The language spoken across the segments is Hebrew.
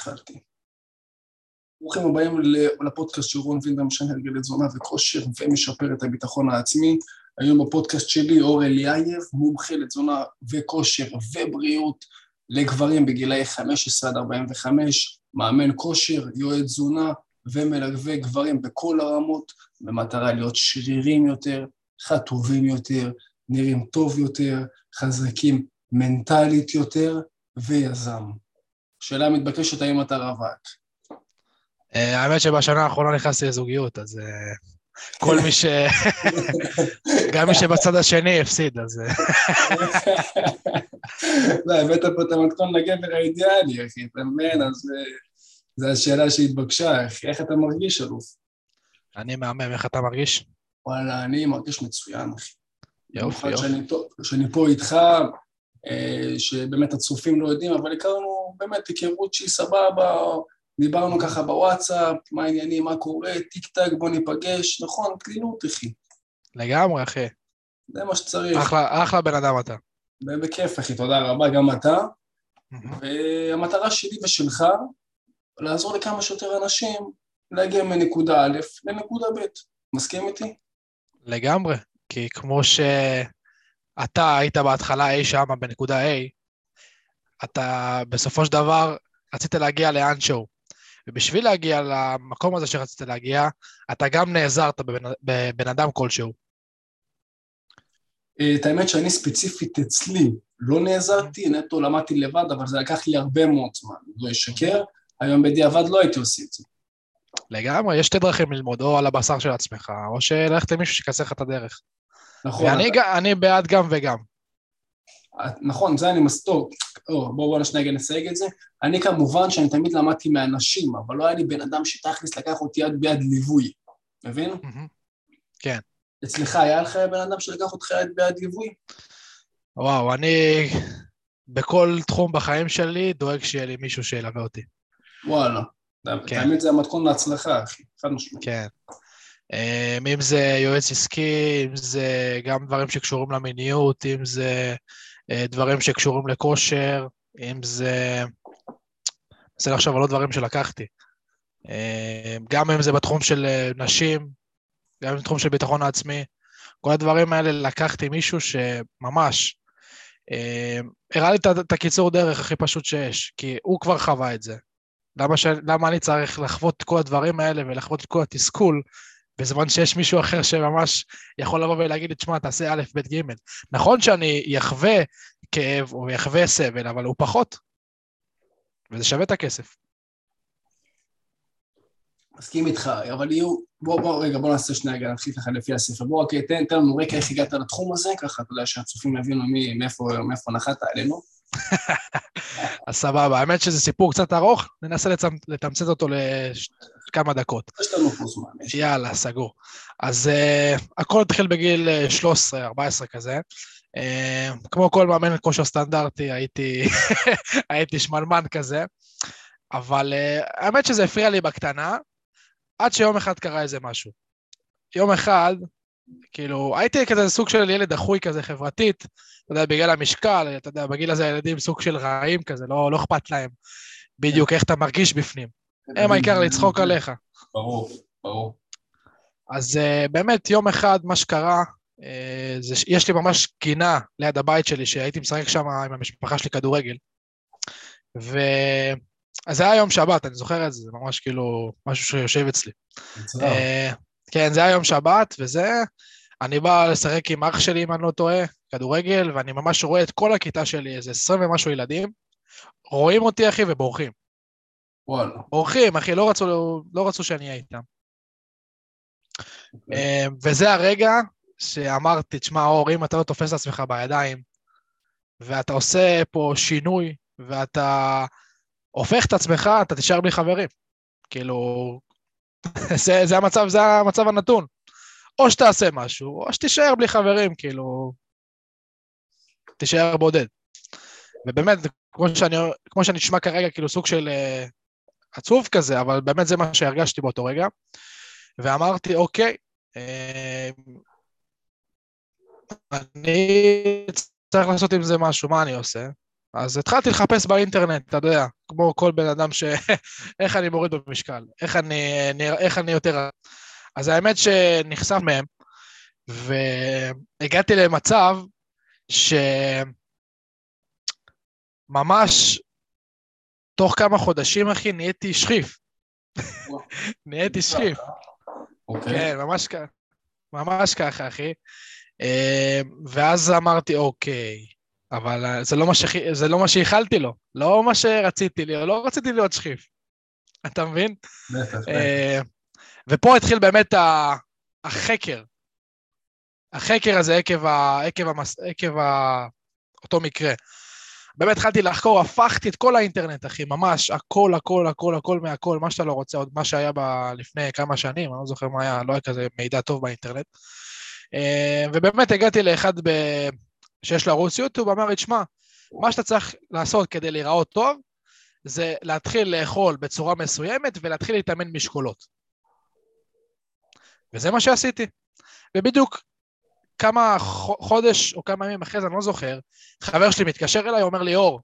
התחלתי. ברוכים הבאים לפודקאסט של רון וינדר, משנה הרגלי תזונה וכושר ומשפר את הביטחון העצמי. היום בפודקאסט שלי אור אליאייב, מומחה לתזונה וכושר ובריאות לגברים בגילאי 15 עד 45, מאמן כושר, יועץ תזונה ומלווה גברים בכל הרמות, במטרה להיות שרירים יותר, חטובים יותר, נראים טוב יותר, חזקים מנטלית יותר ויזם. שאלה מתבקשת, האם אתה רווק? האמת שבשנה האחרונה נכנסתי לזוגיות, אז כל מי גם מי שבצד השני הפסיד, אז... לא, הבאת פה את המתכון לגבר האידיאלי, אחי, אתה מבין? אז זו השאלה שהתבקשה, אחי, איך אתה מרגיש, אלוף? אני מהמם, איך אתה מרגיש? וואלה, אני מרגיש מצוין, אחי. יופי, יופי. שאני פה איתך, שבאמת הצופים לא יודעים, אבל הכרנו באמת היכרות שהיא סבבה, דיברנו ככה בוואטסאפ, מה העניינים, מה קורה, טיק טק, בוא ניפגש, נכון, קלילות, אחי. לגמרי, אחי. זה מה שצריך. אחלה בן אדם אתה. בכיף, אחי, תודה רבה, גם אתה. והמטרה שלי ושלך, לעזור לכמה שיותר אנשים, להגיע מנקודה א' לנקודה ב'. מסכים איתי? לגמרי, כי כמו שאתה היית בהתחלה אי שם בנקודה A, אתה בסופו של דבר רצית להגיע לאן שהוא. ובשביל להגיע למקום הזה שרצית להגיע, אתה גם נעזרת בבן אדם כלשהו. את האמת שאני ספציפית אצלי לא נעזרתי, נטו למדתי לבד, אבל זה לקח לי הרבה מאוד זמן, לא ישקר, היום בדיעבד לא הייתי עושה את זה. לגמרי, יש שתי דרכים ללמוד, או על הבשר של עצמך, או שללכת למישהו שיקצר לך את הדרך. נכון. ואני בעד גם וגם. נכון, זה אני מסתור. בואו נשניה נסייג את זה. אני כמובן שאני תמיד למדתי מאנשים, אבל לא היה לי בן אדם שתכלס לקח אותי יד ביד ליווי. מבין? כן. אצלך היה לך בן אדם שלקח אותך יד ביד ליווי? וואו, אני בכל תחום בחיים שלי דואג שיהיה לי מישהו שילווה אותי. וואלה. תמיד זה המתכון להצלחה, אחי. חד משמעית. כן. אם זה יועץ עסקי, אם זה גם דברים שקשורים למיניות, אם זה דברים שקשורים לכושר, אם זה... זה עכשיו על עוד דברים שלקחתי. גם אם זה בתחום של נשים, גם אם זה בתחום של ביטחון העצמי, כל הדברים האלה לקחתי מישהו שממש הראה לי את הקיצור דרך הכי פשוט שיש, כי הוא כבר חווה את זה. למה אני צריך לחוות את כל הדברים האלה ולחוות את כל התסכול, בזמן שיש מישהו אחר שממש יכול לבוא ולהגיד, תשמע, תעשה א', ב', ג'. נכון שאני יחווה כאב או יחווה סבל, אבל הוא פחות. וזה שווה את הכסף. מסכים איתך, אבל בוא נעשה שנייה, נתחיל ככה לפי הספר. בוא, תן לנו רקע איך הגעת לתחום הזה, ככה, אתה יודע שהצופים יבינו מאיפה נחת עלינו. אז סבבה, האמת שזה סיפור קצת ארוך, ננסה לתמצת אותו לכמה דקות. יש לנו פה זמן. יאללה, סגור. אז הכל התחיל בגיל 13-14 כזה. כמו כל מאמן כושר סטנדרטי, הייתי שמלמן כזה, אבל האמת שזה הפריע לי בקטנה, עד שיום אחד קרה איזה משהו. יום אחד, כאילו, הייתי כזה סוג של ילד דחוי כזה חברתית, אתה יודע, בגלל המשקל, אתה יודע, בגיל הזה הילדים סוג של רעים כזה, לא אכפת להם בדיוק איך אתה מרגיש בפנים. הם העיקר לצחוק עליך. ברור. אז באמת, יום אחד מה שקרה, יש לי ממש גינה ליד הבית שלי, שהייתי משחק שם עם המשפחה שלי כדורגל, אז זה היה יום שבת, אני זוכר את זה, זה ממש כאילו משהו שיושב אצלי. כן, זה היה יום שבת, וזה, אני בא לשחק עם אח שלי, אם אני לא טועה, כדורגל, ואני ממש רואה את כל הכיתה שלי, איזה 20 ומשהו ילדים, רואים אותי, אחי, ובורחים. וואלה. בורחים, אחי, לא רצו שאני אהיה איתם. וזה הרגע שאמרתי, תשמע, אור, אם אתה לא תופס את עצמך בידיים, ואתה עושה פה שינוי, ואתה הופך את עצמך, אתה תישאר בלי חברים. כאילו, זה המצב הנתון. או שתעשה משהו, או שתישאר בלי חברים, כאילו, תישאר בודד. ובאמת, כמו שאני נשמע כרגע, כאילו סוג של עצוב כזה, אבל באמת זה מה שהרגשתי באותו רגע. ואמרתי, אוקיי, אני צריך לעשות עם זה משהו, מה אני עושה? אז התחלתי לחפש באינטרנט, אתה יודע, כמו כל בן אדם איך אני מוריד במשקל, איך אני יותר... אז האמת שנחשף מהם, והגעתי למצב שממש תוך כמה חודשים, אחי, נהייתי שכיף. נהייתי שכיף. כן, ממש ככה, אחי. ואז אמרתי, אוקיי, אבל זה לא מה שהיכלתי לו, לא מה שרציתי לי, לא רציתי להיות שכיף. אתה מבין? בטח. ופה התחיל באמת החקר. החקר הזה עקב אותו מקרה. באמת התחלתי לחקור, הפכתי את כל האינטרנט, אחי, ממש, הכל מהכל, מה שאתה לא רוצה, עוד מה שהיה לפני כמה שנים, אני לא זוכר מה היה, לא היה כזה מידע טוב באינטרנט. ובאמת הגעתי לאחד שיש לו ערוץ יוטיוב, אמר לי, תשמע, מה שאתה צריך לעשות כדי להיראות טוב, זה להתחיל לאכול בצורה מסוימת, ולהתחיל להתאמן משקולות. וזה מה שעשיתי. ובדיוק כמה חודש או כמה ימים אחרי זה, אני לא זוכר, חבר שלי מתקשר אליי, אומר לי, אור,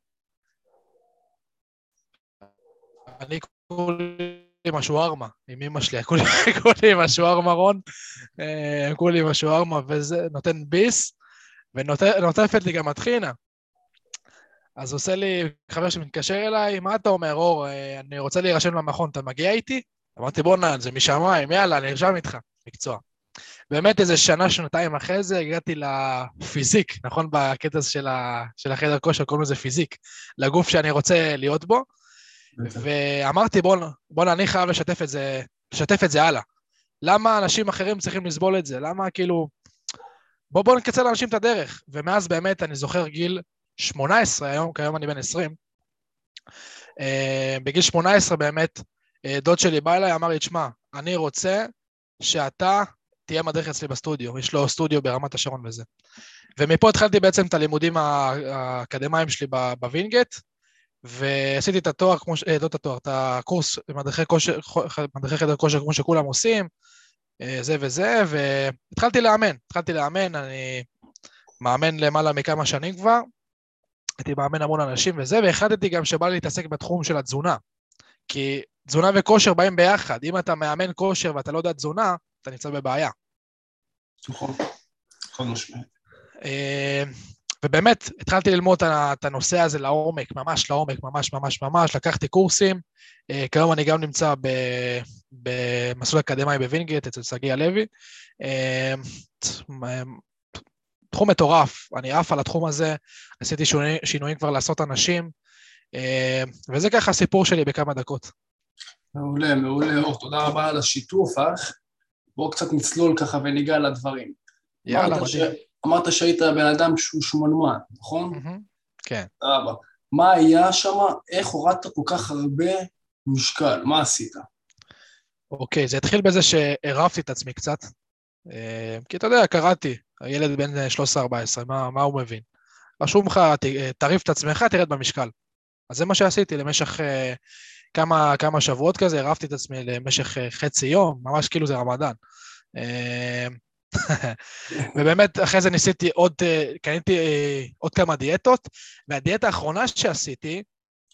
אני כולי משהו ארמה, עם אמא שלי, כולי משהו ארמה, רון, כולי משהו ארמה, וזה נותן ביס, ונוטפת לי גם התחינה. אז עושה לי, חבר שמתקשר אליי, מה אתה אומר, אור, אני רוצה להירשם למכון, אתה מגיע איתי? אמרתי, בוא נעל, זה משמיים, יאללה, אני ארשם איתך, מקצוע. באמת איזה שנה, שנתיים אחרי זה, הגעתי לפיזיק, נכון? בקטע של החדר כושר, קוראים לזה פיזיק, לגוף שאני רוצה להיות בו, ואמרתי, בוא אני חייב לשתף את זה הלאה. למה אנשים אחרים צריכים לסבול את זה? למה כאילו... בוא נקצר לאנשים את הדרך. ומאז באמת אני זוכר גיל 18, כיום אני בן 20, בגיל 18 באמת, דוד שלי בא אליי, אמר לי, תשמע, אני רוצה שאתה תהיה מדריך אצלי בסטודיו, יש לו סטודיו ברמת השרון וזה. ומפה התחלתי בעצם את הלימודים האקדמיים שלי בווינגייט, ועשיתי את התואר, לא את התואר, את הקורס מדריכי חדר כושר כמו שכולם עושים, זה וזה, והתחלתי לאמן, אני מאמן למעלה מכמה שנים כבר, הייתי מאמן המון אנשים וזה, והחלטתי גם שבא לי להתעסק בתחום של התזונה, כי תזונה וכושר באים ביחד, אם אתה מאמן כושר ואתה לא יודע תזונה, אתה נמצא בבעיה. נכון, נכון משמעית. ובאמת, התחלתי ללמוד את הנושא הזה לעומק, ממש, לקחתי קורסים, כיום אני גם נמצא במסלול אקדמי בווינגייט, אצל סגי הלוי, תחום מטורף, אני עף על התחום הזה, עשיתי שינויים כבר לעשות אנשים, וזה ככה הסיפור שלי בכמה דקות. מעולה, אור, תודה רבה על השיתוף, אח. בואו קצת נצלול ככה וניגע לדברים. יאללה, מדהים. אמרת שהיית בן אדם שהוא שמנמן, נכון? כן. מה היה שם? איך הורדת כל כך הרבה משקל? מה עשית? אוקיי, זה התחיל בזה שערבתי את עצמי קצת, כי אתה יודע, קראתי, הילד בן 13-14, מה הוא מבין? רשום לך, תעריף את עצמך, תרד במשקל. אז זה מה שעשיתי למשך כמה שבועות כזה, ערבתי את עצמי למשך חצי יום, ממש כאילו זה רמדאן. ובאמת אחרי זה קניתי עוד כמה דיאטות, והדיאטה האחרונה שעשיתי,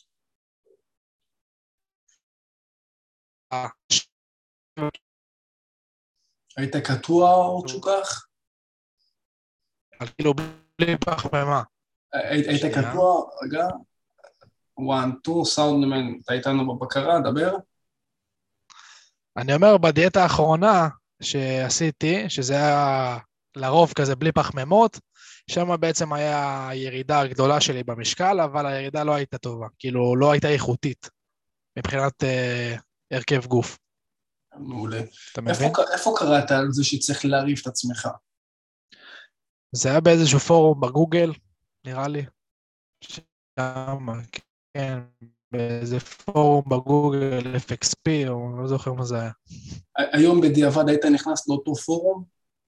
היית קטוע או תשוכח? כאילו בלי פחמימה. היית קטוע, רגע, 1, 2, סאונדמן, אתה איתנו בבקרה, דבר. אני אומר, בדיאטה האחרונה שעשיתי, שזה היה לרוב כזה בלי פחמימות, שם בעצם היה ירידה גדולה שלי במשקל, אבל הירידה לא הייתה טובה, כאילו לא הייתה איכותית, מבחינת הרכב גוף. מעולה. איפה קראת על זה שצריך להעריף את עצמך? זה היה באיזשהו פורום בגוגל, נראה לי. שם, כן, באיזה פורום בגוגל, FXP, או לא זוכר מה זה היה. היום בדיעבד היית נכנס לאותו פורום?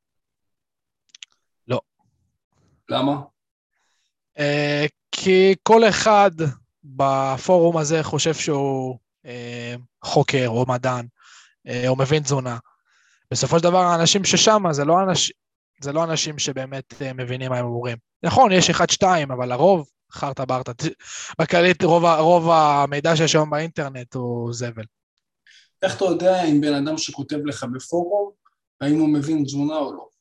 לא. למה? כי כל אחד בפורום הזה חושב שהוא חוקר או מדען, או מבין תזונה. בסופו של דבר, האנשים ששם, זה לא אנשים שבאמת מבינים מה הם אומרים. נכון, יש 1-2, אבל לרוב, חרטה ברטה. בכללית רוב המידע שיש היום באינטרנט הוא זבל. איך אתה יודע אם בן אדם שכותב לך בפורום, האם הוא מבין תזונה או לא?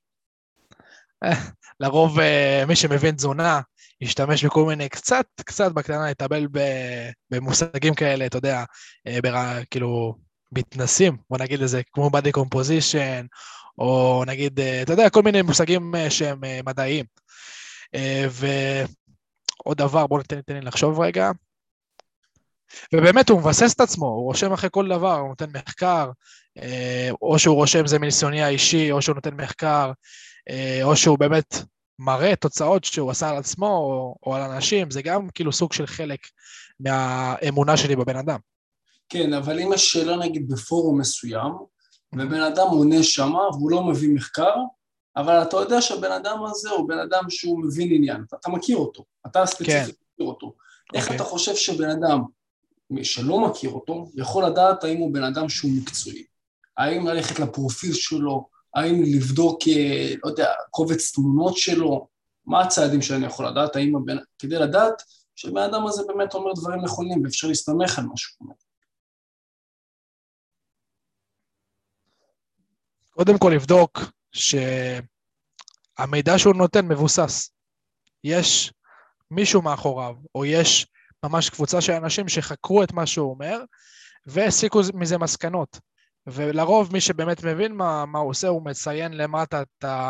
לרוב מי שמבין תזונה, ישתמש בכל מיני קצת בקטנה, יטבל במושגים כאלה, אתה יודע, כאילו, מתנסים, בוא נגיד לזה, כמו body composition, או נגיד, אתה יודע, כל מיני מושגים שהם מדעיים. ועוד דבר, בוא ניתן לי לחשוב רגע, ובאמת הוא מבסס את עצמו, הוא רושם אחרי כל דבר, הוא נותן מחקר, או שהוא רושם זה מניסיוני האישי, או שהוא נותן מחקר, או שהוא באמת מראה תוצאות שהוא עשה על עצמו, או על אנשים, זה גם כאילו סוג של חלק מהאמונה שלי בבן אדם. כן, אבל אם יש שאלה נגיד בפורום מסוים, ובן אדם עונה שמה, והוא לא מביא מחקר, אבל אתה יודע שהבן אדם הזה הוא בן אדם שהוא מבין עניין, אתה מכיר אותו, אתה ספציפית מכיר אותו. איך אתה חושב שבן אדם שלא מכיר אותו, יכול לדעת האם הוא בן אדם שהוא מקצועי? האם ללכת לפרופיל שלו, האם לבדוק, לא יודע, קובץ תמונות שלו, מה הצעדים שאני יכול לדעת, כדי לדעת שבן אדם הזה באמת אומר דברים נכונים, ואפשר להסתמך על משהו. קודם כל לבדוק שהמידע שהוא נותן מבוסס. יש מישהו מאחוריו, או יש ממש קבוצה של אנשים שחקרו את מה שהוא אומר, והסיקו מזה מסקנות. ולרוב מי שבאמת מבין מה הוא עושה, הוא מציין למטה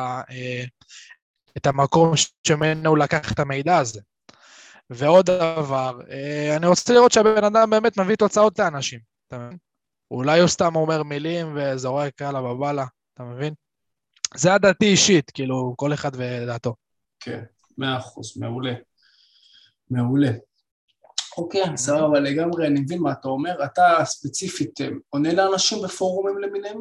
את המקום שמנו לקח את המידע הזה. ועוד דבר, אני רוצה לראות שהבן אדם באמת מביא תוצאות לאנשים, אתה מבין? אולי הוא סתם אומר מילים וזורק הלאה בבאללה, אתה מבין? זה הדעתי אישית, כאילו, כל אחד ודעתו. כן, 100%, מעולה. מעולה. אוקיי, סבבה, לגמרי, אני מבין מה אתה אומר. אתה ספציפית עונה לאנשים בפורומים למיניהם?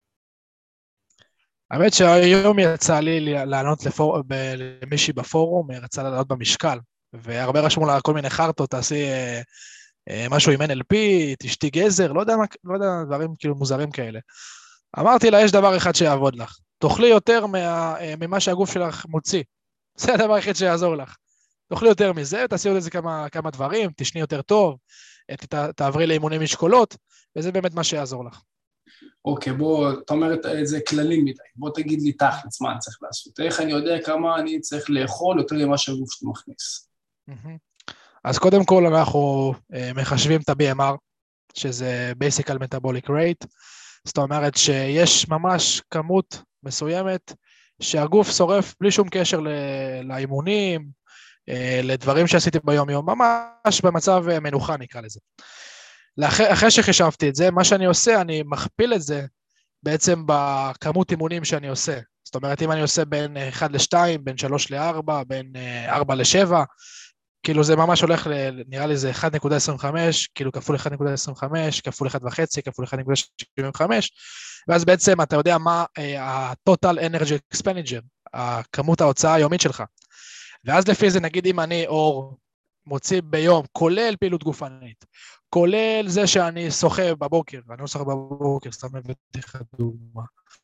האמת שהיום יצא לי לענות למישהי בפורום, רצה לענות במשקל, והרבה רשמו לה כל מיני חרטות, תעשי משהו עם NLP, תשתי גזר, לא יודע, דברים כאילו מוזרים כאלה. אמרתי לה, יש דבר אחד שיעבוד לך, תאכלי יותר ממה שהגוף שלך מוציא, זה הדבר היחיד שיעזור לך. תאכלי יותר מזה, תעשי עוד איזה כמה דברים, תשני יותר טוב, תעברי לאימוני משקולות, וזה באמת מה שיעזור לך. אוקיי, בוא, אתה אומר את זה כללי מדי, בוא תגיד לי תכלס מה אני צריך לעשות, איך אני יודע כמה אני צריך לאכול יותר ממה שהגוף שלי מכניס. אז קודם כל אנחנו מחשבים את ה-BMR, שזה Basic Metabolic Rate, זאת אומרת שיש ממש כמות מסוימת שהגוף שורף בלי שום קשר לאימונים, לדברים שעשיתי ביום יום, ממש במצב מנוחה נקרא לזה. אחרי שחישבתי את זה, מה שאני עושה, אני מכפיל את זה בעצם בכמות אימונים שאני עושה. זאת אומרת, אם אני עושה בין 1 ל-2, בין 3 ל-4, בין 4 ל-7, כאילו זה ממש הולך, נראה לי זה 1.25, כאילו כפול 1.25, כפול 1.5, כפול 1.75, ואז בעצם אתה יודע מה ה-total energy expenditure, הכמות ההוצאה היומית שלך. ואז לפי זה נגיד אם אני אור מוציא ביום, כולל פעילות גופנית, כולל זה שאני שוחה בבוקר, אני לא שוחה בבוקר, סתם הבאתי לך דוגמה.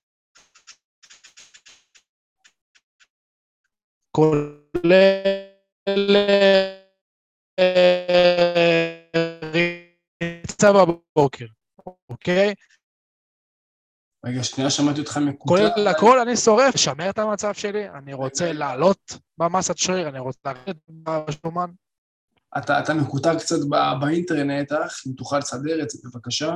כולל ריצה בבוקר, אוקיי? רגע, שנייה, שמעתי אותך מקוטע. כולל הכל, אני שורף, לשמר את המצב שלי, אני רוצה לעלות במסת שריר, אני רוצה לרדת בשומן. אתה מקוטע קצת באינטרנט, אם תוכל לסדר את זה, בבקשה.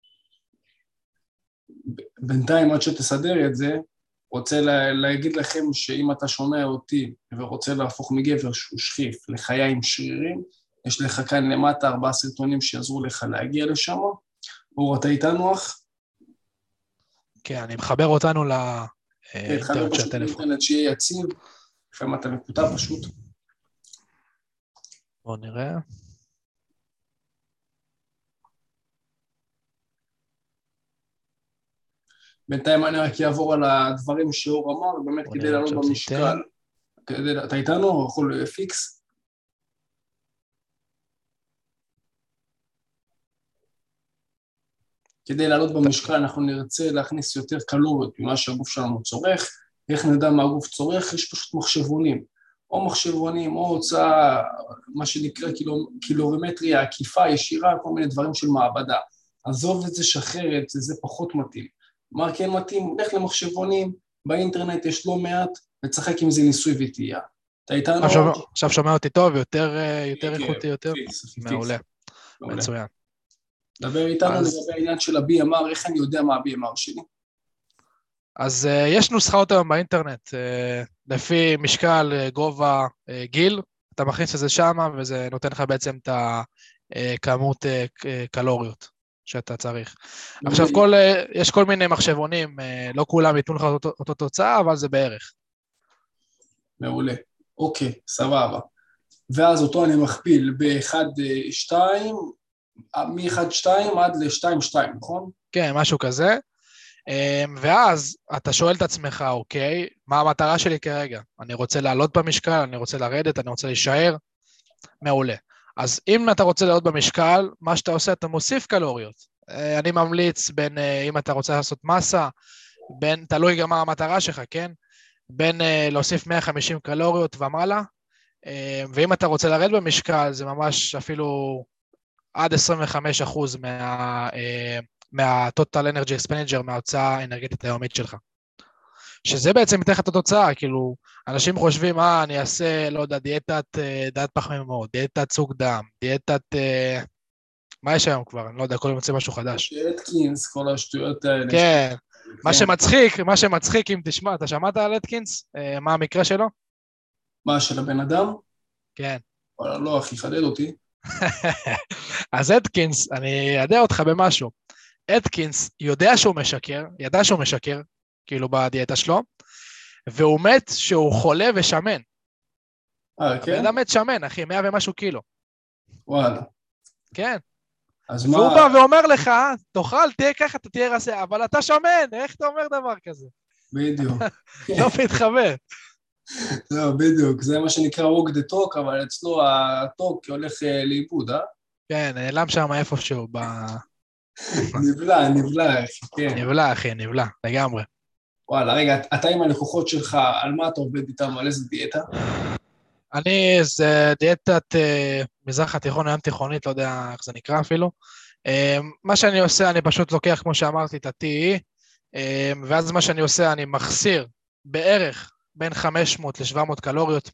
בינתיים, עד שתסדר את זה, רוצה להגיד לכם שאם אתה שומע אותי ורוצה להפוך מגבר שהוא שחיף לחיה עם שרירים, יש לך כאן למטה 4 סרטונים שיעזרו לך להגיע לשם. אור, אתה איתנו אח? כן, אני מחבר אותנו לאינטרנט של הטלפון. אינטרנט שיהיה יציב, לפעמים אתה מקוטע פשוט. בואו נראה. בינתיים אני רק אעבור על הדברים שאור אמר, באמת כדי לעלות במשקל. אתה איתנו או יכול פיקס? כדי לעלות במשקל אנחנו נרצה להכניס יותר קלוריות ממה שהגוף שלנו צורך. איך נדע מה הגוף צורך? יש פשוט מחשבונים. או מחשבונים, או הוצאה, מה שנקרא קילומטריה, עקיפה, ישירה, כל מיני דברים של מעבדה. עזוב את זה, שחרר את זה, זה פחות מתאים. מה כן מתאים? לך למחשבונים, באינטרנט יש לא מעט, וצחק עם זה ניסוי וטעייה. אתה איתנו? עכשיו שומע אותי טוב, יותר כן, איכותי יותר? פיקס. מעולה, מצוין. דבר איתנו לגבי העניין של ה-BMR, איך אני יודע מה ה-BMR שלי? אז יש נוסחאות היום באינטרנט, לפי משקל, גובה, גיל, אתה מכניס את זה שמה, וזה נותן לך בעצם את הכמות קלוריות שאתה צריך. עכשיו, יש כל מיני מחשבונים, לא כולם ייתנו לך אותו תוצאה, אבל זה בערך. מעולה. אוקיי, סבבה. ואז אותו אני מכפיל ב-1-2, מ-1-2 עד ל-2-2, נכון? כן, משהו כזה. ואז אתה שואל את עצמך, אוקיי, מה המטרה שלי כרגע? אני רוצה לעלות במשקל, אני רוצה לרדת, אני רוצה להישאר? מעולה. אז אם אתה רוצה לעלות במשקל, מה שאתה עושה, אתה מוסיף קלוריות. אני ממליץ בין, אם אתה רוצה לעשות מסה, תלוי גם מה המטרה שלך, כן? בין להוסיף 150 קלוריות ומעלה, ואם אתה רוצה לרדת במשקל, זה ממש אפילו עד 25% מה-Total Energy Expenditure, מההוצאה האנרגטית היומית שלך. שזה בעצם ייתן לך את התוצאה, כאילו, אנשים חושבים, אני אעשה, לא יודע, דיאטת פחמימות, דיאטת סוג דם, דיאטת, מה יש היום כבר? אני לא יודע, כל יום יוצא משהו חדש. אטקינס, כל השטויות האלה. כן, מה שמצחיק, אם תשמע, אתה שמעת על אטקינס? מה המקרה שלו? מה, של הבן אדם? כן. וואלה, לא, אחי, חדד אותי. אז אטקינס, אני אדע אותך במשהו. אטקינס ידע שהוא משקר, כאילו בדיאטה שלו, והוא מת שהוא חולה ושמן. כן? הבן אדם מת שמן, אחי, 100 ומשהו קילו. וואלה. כן. אז והוא מה... בא ואומר לך, תאכל, תהיה ככה, אתה תהיה רזה, אבל אתה שמן, איך אתה אומר דבר כזה? בדיוק. לא מתחבר. לא, בדיוק, זה מה שנקרא walk the talk, אבל אצלו הטוק הולך לאיבוד, כן, נעלם שם איפשהו, נבלע, אחי, כן. נבלע, לגמרי. וואלה, רגע, אתה עם הלקוחות שלך, על מה אתה עובד איתם, על איזה דיאטה? זה דיאטת מזרח התיכון, הים תיכונית, לא יודע איך זה נקרא אפילו. מה שאני עושה, אני פשוט לוקח, כמו שאמרתי, את ה-TE, ואז מה שאני עושה, אני מחסיר בערך בין 500 ל-700 קלוריות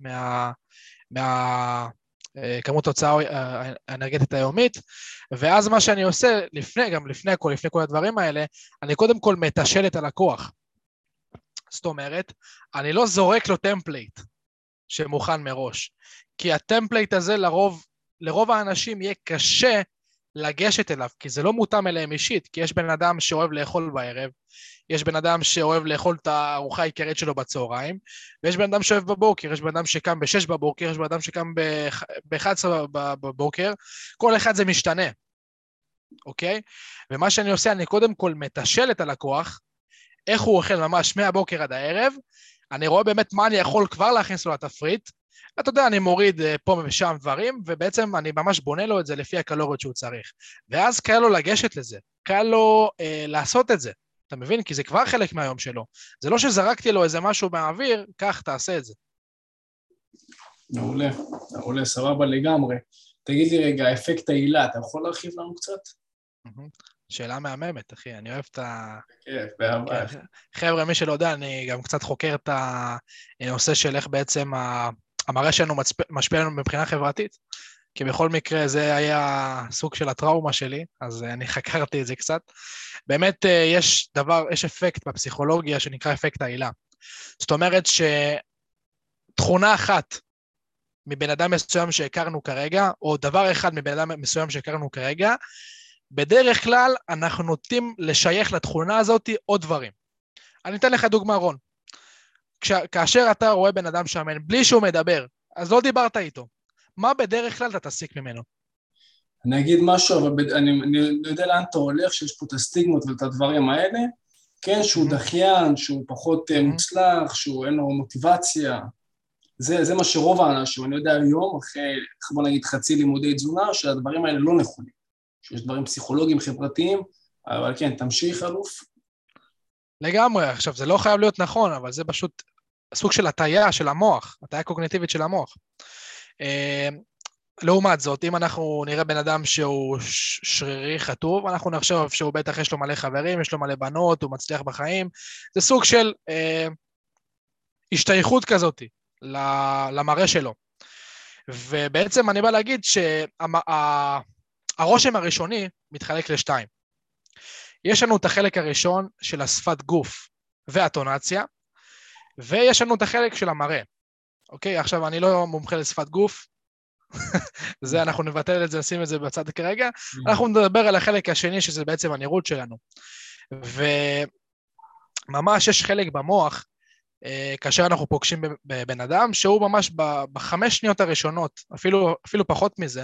כמות הוצאה האנרגטית היומית, ואז מה שאני עושה, לפני כל הדברים האלה, אני קודם כל מתשל את הלקוח. זאת אומרת, אני לא זורק לו טמפלייט שמוכן מראש, כי הטמפלייט הזה לרוב האנשים יהיה קשה לגשת אליו, כי זה לא מותאם אליהם אישית, כי יש בן אדם שאוהב לאכול בערב, יש בן אדם שאוהב לאכול את הארוחה העיקרית שלו בצהריים, ויש בן אדם שאוהב בבוקר, יש בן אדם שקם ב-6 בבוקר, יש בן אדם שקם ב-11 בבוקר, כל אחד זה משתנה, אוקיי? ומה שאני עושה, אני קודם כל מתשל את הלקוח, איך הוא אוכל ממש מהבוקר עד הערב, אני רואה באמת מה אני יכול כבר להכניס לו לתפריט, אתה יודע, אני מוריד פה ושם דברים, ובעצם אני ממש בונה לו את זה לפי הקלוריות שהוא צריך. ואז קל לו לגשת לזה, קל לו לעשות את זה. אתה מבין? כי זה כבר חלק מהיום שלו. זה לא שזרקתי לו איזה משהו מהאוויר, כך תעשה את זה. מעולה, סבבה לגמרי. תגיד לי רגע, אפקט העילה, אתה יכול להרחיב לנו קצת? שאלה מהממת, אחי, אני אוהב את כיף, באהבה. חבר'ה, מי שלא יודע, אני גם קצת חוקר את הנושא של איך בעצם המראה שלנו משפיע לנו מבחינה חברתית, כי בכל מקרה זה היה סוג של הטראומה שלי, אז אני חקרתי את זה קצת. באמת יש אפקט בפסיכולוגיה שנקרא אפקט העילה. זאת אומרת שתכונה אחת מבן אדם מסוים שהכרנו כרגע, או דבר אחד מבן אדם מסוים שהכרנו כרגע, בדרך כלל אנחנו נוטים לשייך לתכונה הזאת עוד דברים. אני אתן לך דוגמה, רון. כאשר אתה רואה בן אדם שמן, בלי שהוא מדבר, אז לא דיברת איתו. מה בדרך כלל אתה תסיק ממנו? אני אגיד משהו, אבל אני יודע לאן אתה הולך, שיש פה את הסטיגמות ואת הדברים האלה, כן, שהוא דחיין, שהוא פחות מוצלח, שהוא אין לו מוטיבציה. זה מה שרוב האנשים, אני יודע היום, אחרי, בוא נגיד, חצי לימודי תזונה, שהדברים האלה לא נכונים. שיש דברים פסיכולוגיים, חברתיים, אבל כן, תמשיך, אלוף. לגמרי, עכשיו, זה לא חייב להיות נכון, אבל זה פשוט סוג של הטיה של המוח, הטיה קוגניטיבית של המוח. לעומת זאת, אם אנחנו נראה בן אדם שהוא שרירי חטוב, אנחנו נחשוב שהוא בטח יש לו מלא חברים, יש לו מלא בנות, הוא מצליח בחיים, זה סוג של השתייכות כזאת למראה שלו. ובעצם אני בא להגיד שהרושם הראשוני מתחלק לשתיים. יש לנו את החלק הראשון של השפת גוף והטונציה, ויש לנו את החלק של המראה. אוקיי, עכשיו אני לא מומחה לשפת גוף, זה אנחנו נבטל את זה, נשים את זה בצד כרגע, אנחנו נדבר על החלק השני שזה בעצם הנראות שלנו. וממש יש חלק במוח, כאשר אנחנו פוגשים בבן אדם, שהוא ממש ב5 שניות הראשונות, אפילו פחות מזה,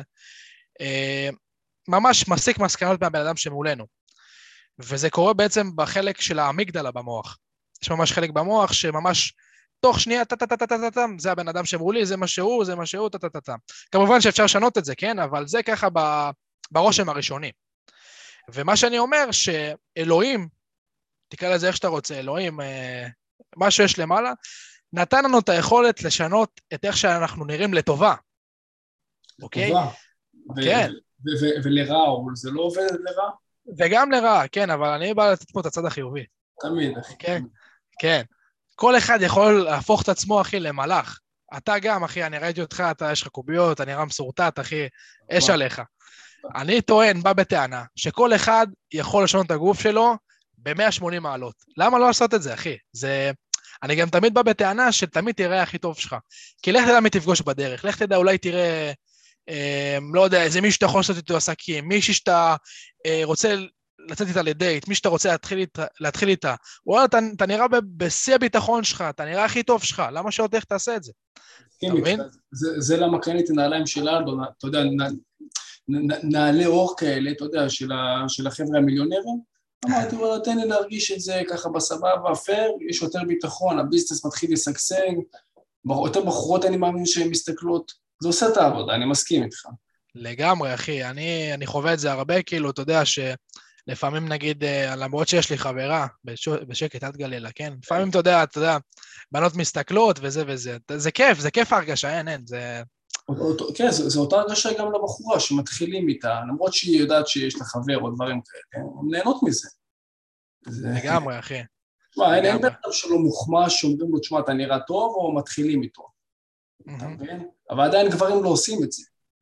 ממש מסיק מסקנות מהבן אדם שמולנו. וזה קורה בעצם בחלק של האמיגדלה במוח. יש ממש חלק במוח שממש תוך שנייה, זה הבן אדם שמולי, זה מה שהוא, כמובן שאפשר לשנות את זה, כן? אבל זה ככה ברושם הראשוני. ומה שאני אומר, שאלוהים, תקרא לזה איך שאתה רוצה, אלוהים, מה שיש למעלה, נתן לנו את היכולת לשנות את איך שאנחנו נראים לטובה. אוקיי? טובה. כן. ולרע, זה לא עובד לרע? וגם לרע, כן, אבל אני בא לתת פה את הצד החיובי. תמיד, אחי. כן, כן. כל אחד יכול להפוך את עצמו, אחי, למלאך. אתה גם, אחי, אני ראיתי אותך, אתה יש לך קוביות, אני נראה מסורטט, אחי, אש עליך. אני טוען, בא בטענה, שכל אחד יכול לשנות את הגוף שלו ב-180 מעלות. למה לא לעשות את זה, אחי? אני גם תמיד בא בטענה שתמיד תראה הכי טוב שלך. כי לך תדע מי תפגוש בדרך, לך תדע, אולי תראה, לא יודע, איזה מישהו שאתה יכול לעשות איתו עסקים, מישהו שאתה רוצה לצאת איתה לדייט, מי שאתה רוצה להתחיל איתה, וואלה, אתה נראה בשיא הביטחון שלך, אתה נראה הכי טוב שלך, למה שעוד איך תעשה את זה? אתה מבין? זה למה קניתי נעליים של אלדו, אתה יודע, נעלי אור כאלה, אתה יודע, של החבר'ה המיליונרים, אמרתי, וואלה, תן לי להרגיש את זה ככה בסבבה, פייר, יש יותר ביטחון, הביזנס מתחיל לשגשג, יותר בחורות אני מאמין שהן מסתכלות, זה עושה את העבודה, אני מסכים איתך. לגמרי, אחי, אני חווה את זה הרבה, כאילו, אתה יודע לפעמים נגיד, למרות שיש לי חברה, בשקט עד גלילה, כן? לפעמים אתה יודע, בנות מסתכלות וזה וזה, זה כיף ההרגשה, אין, זה... כן, זה אותה הרגשה גם לבחורה שמתחילים איתה, למרות שהיא יודעת שיש לה חבר או דברים כאלה, הן נהנות מזה. לגמרי, אחי. תשמע, אין בן אדם שלא מוחמש, שאומרים לו, תשמע, אתה נראה טוב, או מתחילים איתו. אתה מבין? אבל עדיין גברים לא עושים את זה.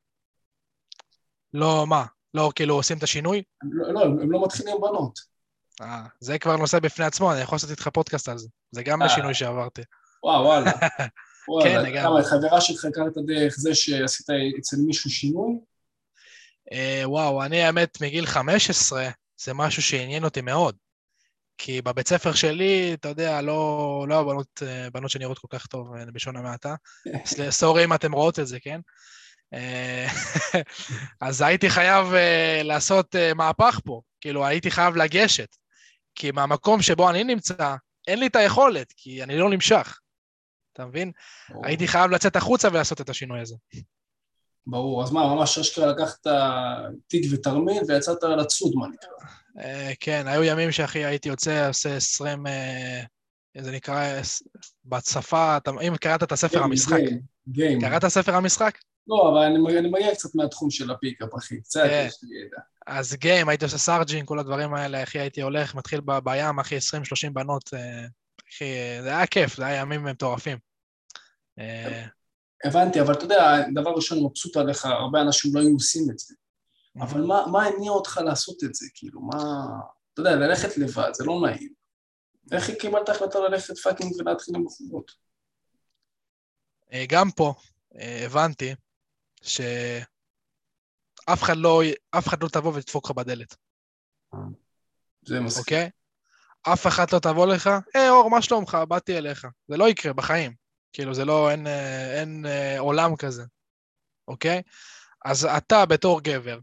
לא, מה? לא, כאילו עושים את השינוי? לא, הם לא מתחילים בנות. זה כבר נושא בפני עצמו, אני יכול לעשות איתך פודקאסט על זה. זה גם השינוי שעברתי. וואלה. כן, לגמרי. חברה שלך הכרת דרך זה שעשית אצל מישהו שינוי? וואו, אני האמת מגיל 15, זה משהו שעניין אותי מאוד. כי בבית ספר שלי, אתה יודע, לא בנות שנראות כל כך טוב, בשון המעטה. סורי אם אתם רואות את זה, כן? אז הייתי חייב לעשות מהפך פה, כאילו הייתי חייב לגשת, כי מהמקום שבו אני נמצא, אין לי את היכולת, כי אני לא נמשך, אתה מבין? הייתי חייב לצאת החוצה ולעשות את השינוי הזה. ברור, אז מה, ממש אשכרה לקחת תיק ותרמיל ויצאת לצוד, מה נקרא? כן, היו ימים שאחי הייתי יוצא, עושה 20, זה נקרא, בשפה, אם קראת את הספר המשחק. קראת ספר המשחק? לא, אבל אני מגיע קצת מהתחום של הפיקאפ, אחי, קצת יש לי ידע. אז גיים, הייתי עושה סארג'ין, כל הדברים האלה, אחי, הייתי הולך, מתחיל בים, אחי, 20-30 בנות, אחי, זה היה כיף, זה היה ימים מטורפים. הבנתי, אבל אתה יודע, דבר ראשון מבסוט עליך, הרבה אנשים לא היו עושים את זה. אבל מה הניע אותך לעשות את זה? כאילו, מה... אתה יודע, ללכת לבד, זה לא נעים. איך קיבלת החלטה ללכת פאקינג ולהתחיל עם בחורות? גם פה הבנתי שאף אחד לא תבוא ותדפוק לך בדלת. זה מסכים. אוקיי? אף אחד לא תבוא לך, אור, מה שלומך? באתי אליך. זה לא יקרה בחיים. כאילו, זה לא, אין עולם כזה. אוקיי? אז אתה בתור גבר,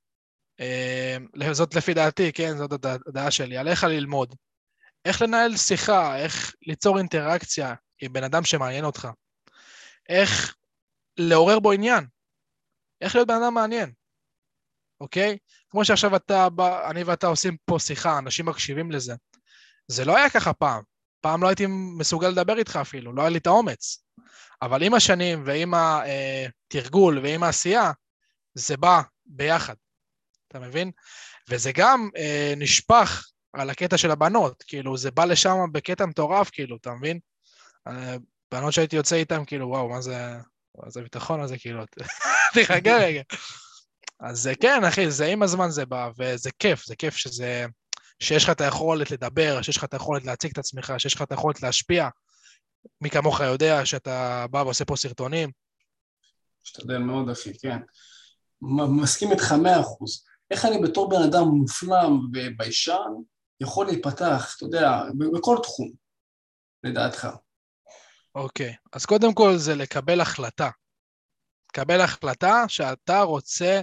זאת לפי דעתי, כן, זאת הדעה שלי, עליך ללמוד, איך לנהל שיחה, איך ליצור אינטראקציה עם בן אדם שמעניין אותך, איך לעורר בו עניין, איך להיות בן אדם מעניין, אוקיי? כמו שעכשיו אני ואתה עושים פה שיחה, אנשים מקשיבים לזה, זה לא היה ככה פעם, פעם לא הייתי מסוגל לדבר איתך אפילו, לא היה לי את האומץ. אבל עם השנים ועם התרגול ועם העשייה, זה בא ביחד, אתה מבין? וזה גם נשפך על הקטע של הבנות, כאילו, זה בא לשם בקטע מטורף, כאילו, אתה מבין? בנות שהייתי יוצא איתם, כאילו, וואו, מה זה ביטחון הזה, כאילו, תחכה רגע. אז כן, אחי, זה עם הזמן זה בא, וזה כיף, זה כיף שיש לך את היכולת לדבר, שיש לך את היכולת להציג את עצמך, שיש לך את היכולת להשפיע. מי כמוך יודע שאתה בא ועושה פה סרטונים. משתדל מאוד, אחי, כן. מסכים איתך 100%. איך אני בתור בן אדם מופנם וביישן, יכול להיפתח, אתה יודע, בכל תחום, לדעתך. אוקיי, אז קודם כל זה לקבל החלטה. לקבל החלטה שאתה רוצה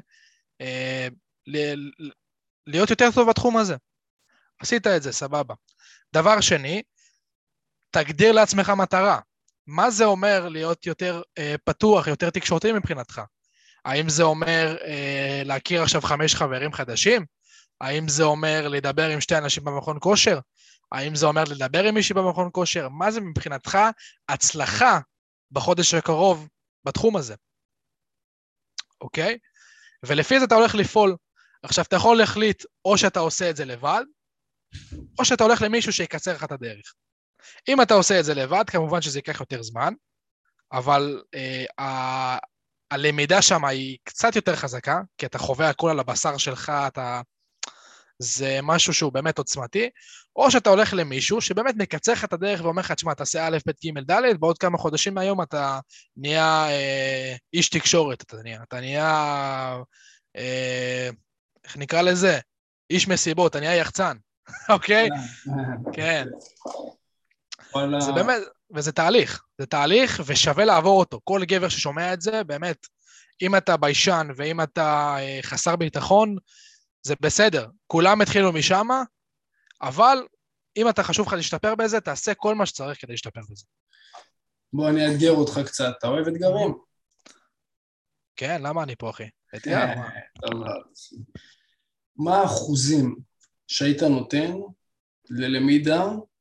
להיות יותר טוב בתחום הזה. עשית את זה, סבבה. דבר שני, תגדיר לעצמך מטרה. מה זה אומר להיות יותר פתוח, יותר תקשורתי מבחינתך? האם זה אומר להכיר עכשיו 5 חברים חדשים? האם זה אומר לדבר עם 2 אנשים במכון כושר? האם זה אומר לדבר עם מישהי במכון כושר? מה זה מבחינתך הצלחה בחודש הקרוב בתחום הזה? אוקיי? ולפי זה אתה הולך לפעול. עכשיו אתה יכול להחליט או שאתה עושה את זה לבד, או שאתה הולך למישהו שיקצר לך את הדרך. אם אתה עושה את זה לבד, כמובן שזה ייקח יותר זמן, אבל הלמידה שם היא קצת יותר חזקה, כי אתה חווה הכל על הבשר שלך, זה משהו שהוא באמת עוצמתי, או שאתה הולך למישהו שבאמת מקצר לך את הדרך ואומר לך, תשמע, תעשה א', ב', ג', ד', בעוד כמה חודשים מהיום אתה נהיה איש תקשורת, אתה נהיה, איך נקרא לזה? איש מסיבות, אתה נהיה יחצן, אוקיי? כן. זה באמת, וזה תהליך, זה תהליך ושווה לעבור אותו. כל גבר ששומע את זה, באמת, אם אתה ביישן ואם אתה חסר ביטחון, זה בסדר. כולם התחילו משם, אבל אם אתה חשוב לך להשתפר בזה, תעשה כל מה שצריך כדי להשתפר בזה. בוא אני אתגר אותך קצת, אתה אוהב אתגרים? כן, למה אני פה, אחי? אתגר, מה? מה האחוזים שהיית נותן ללמידה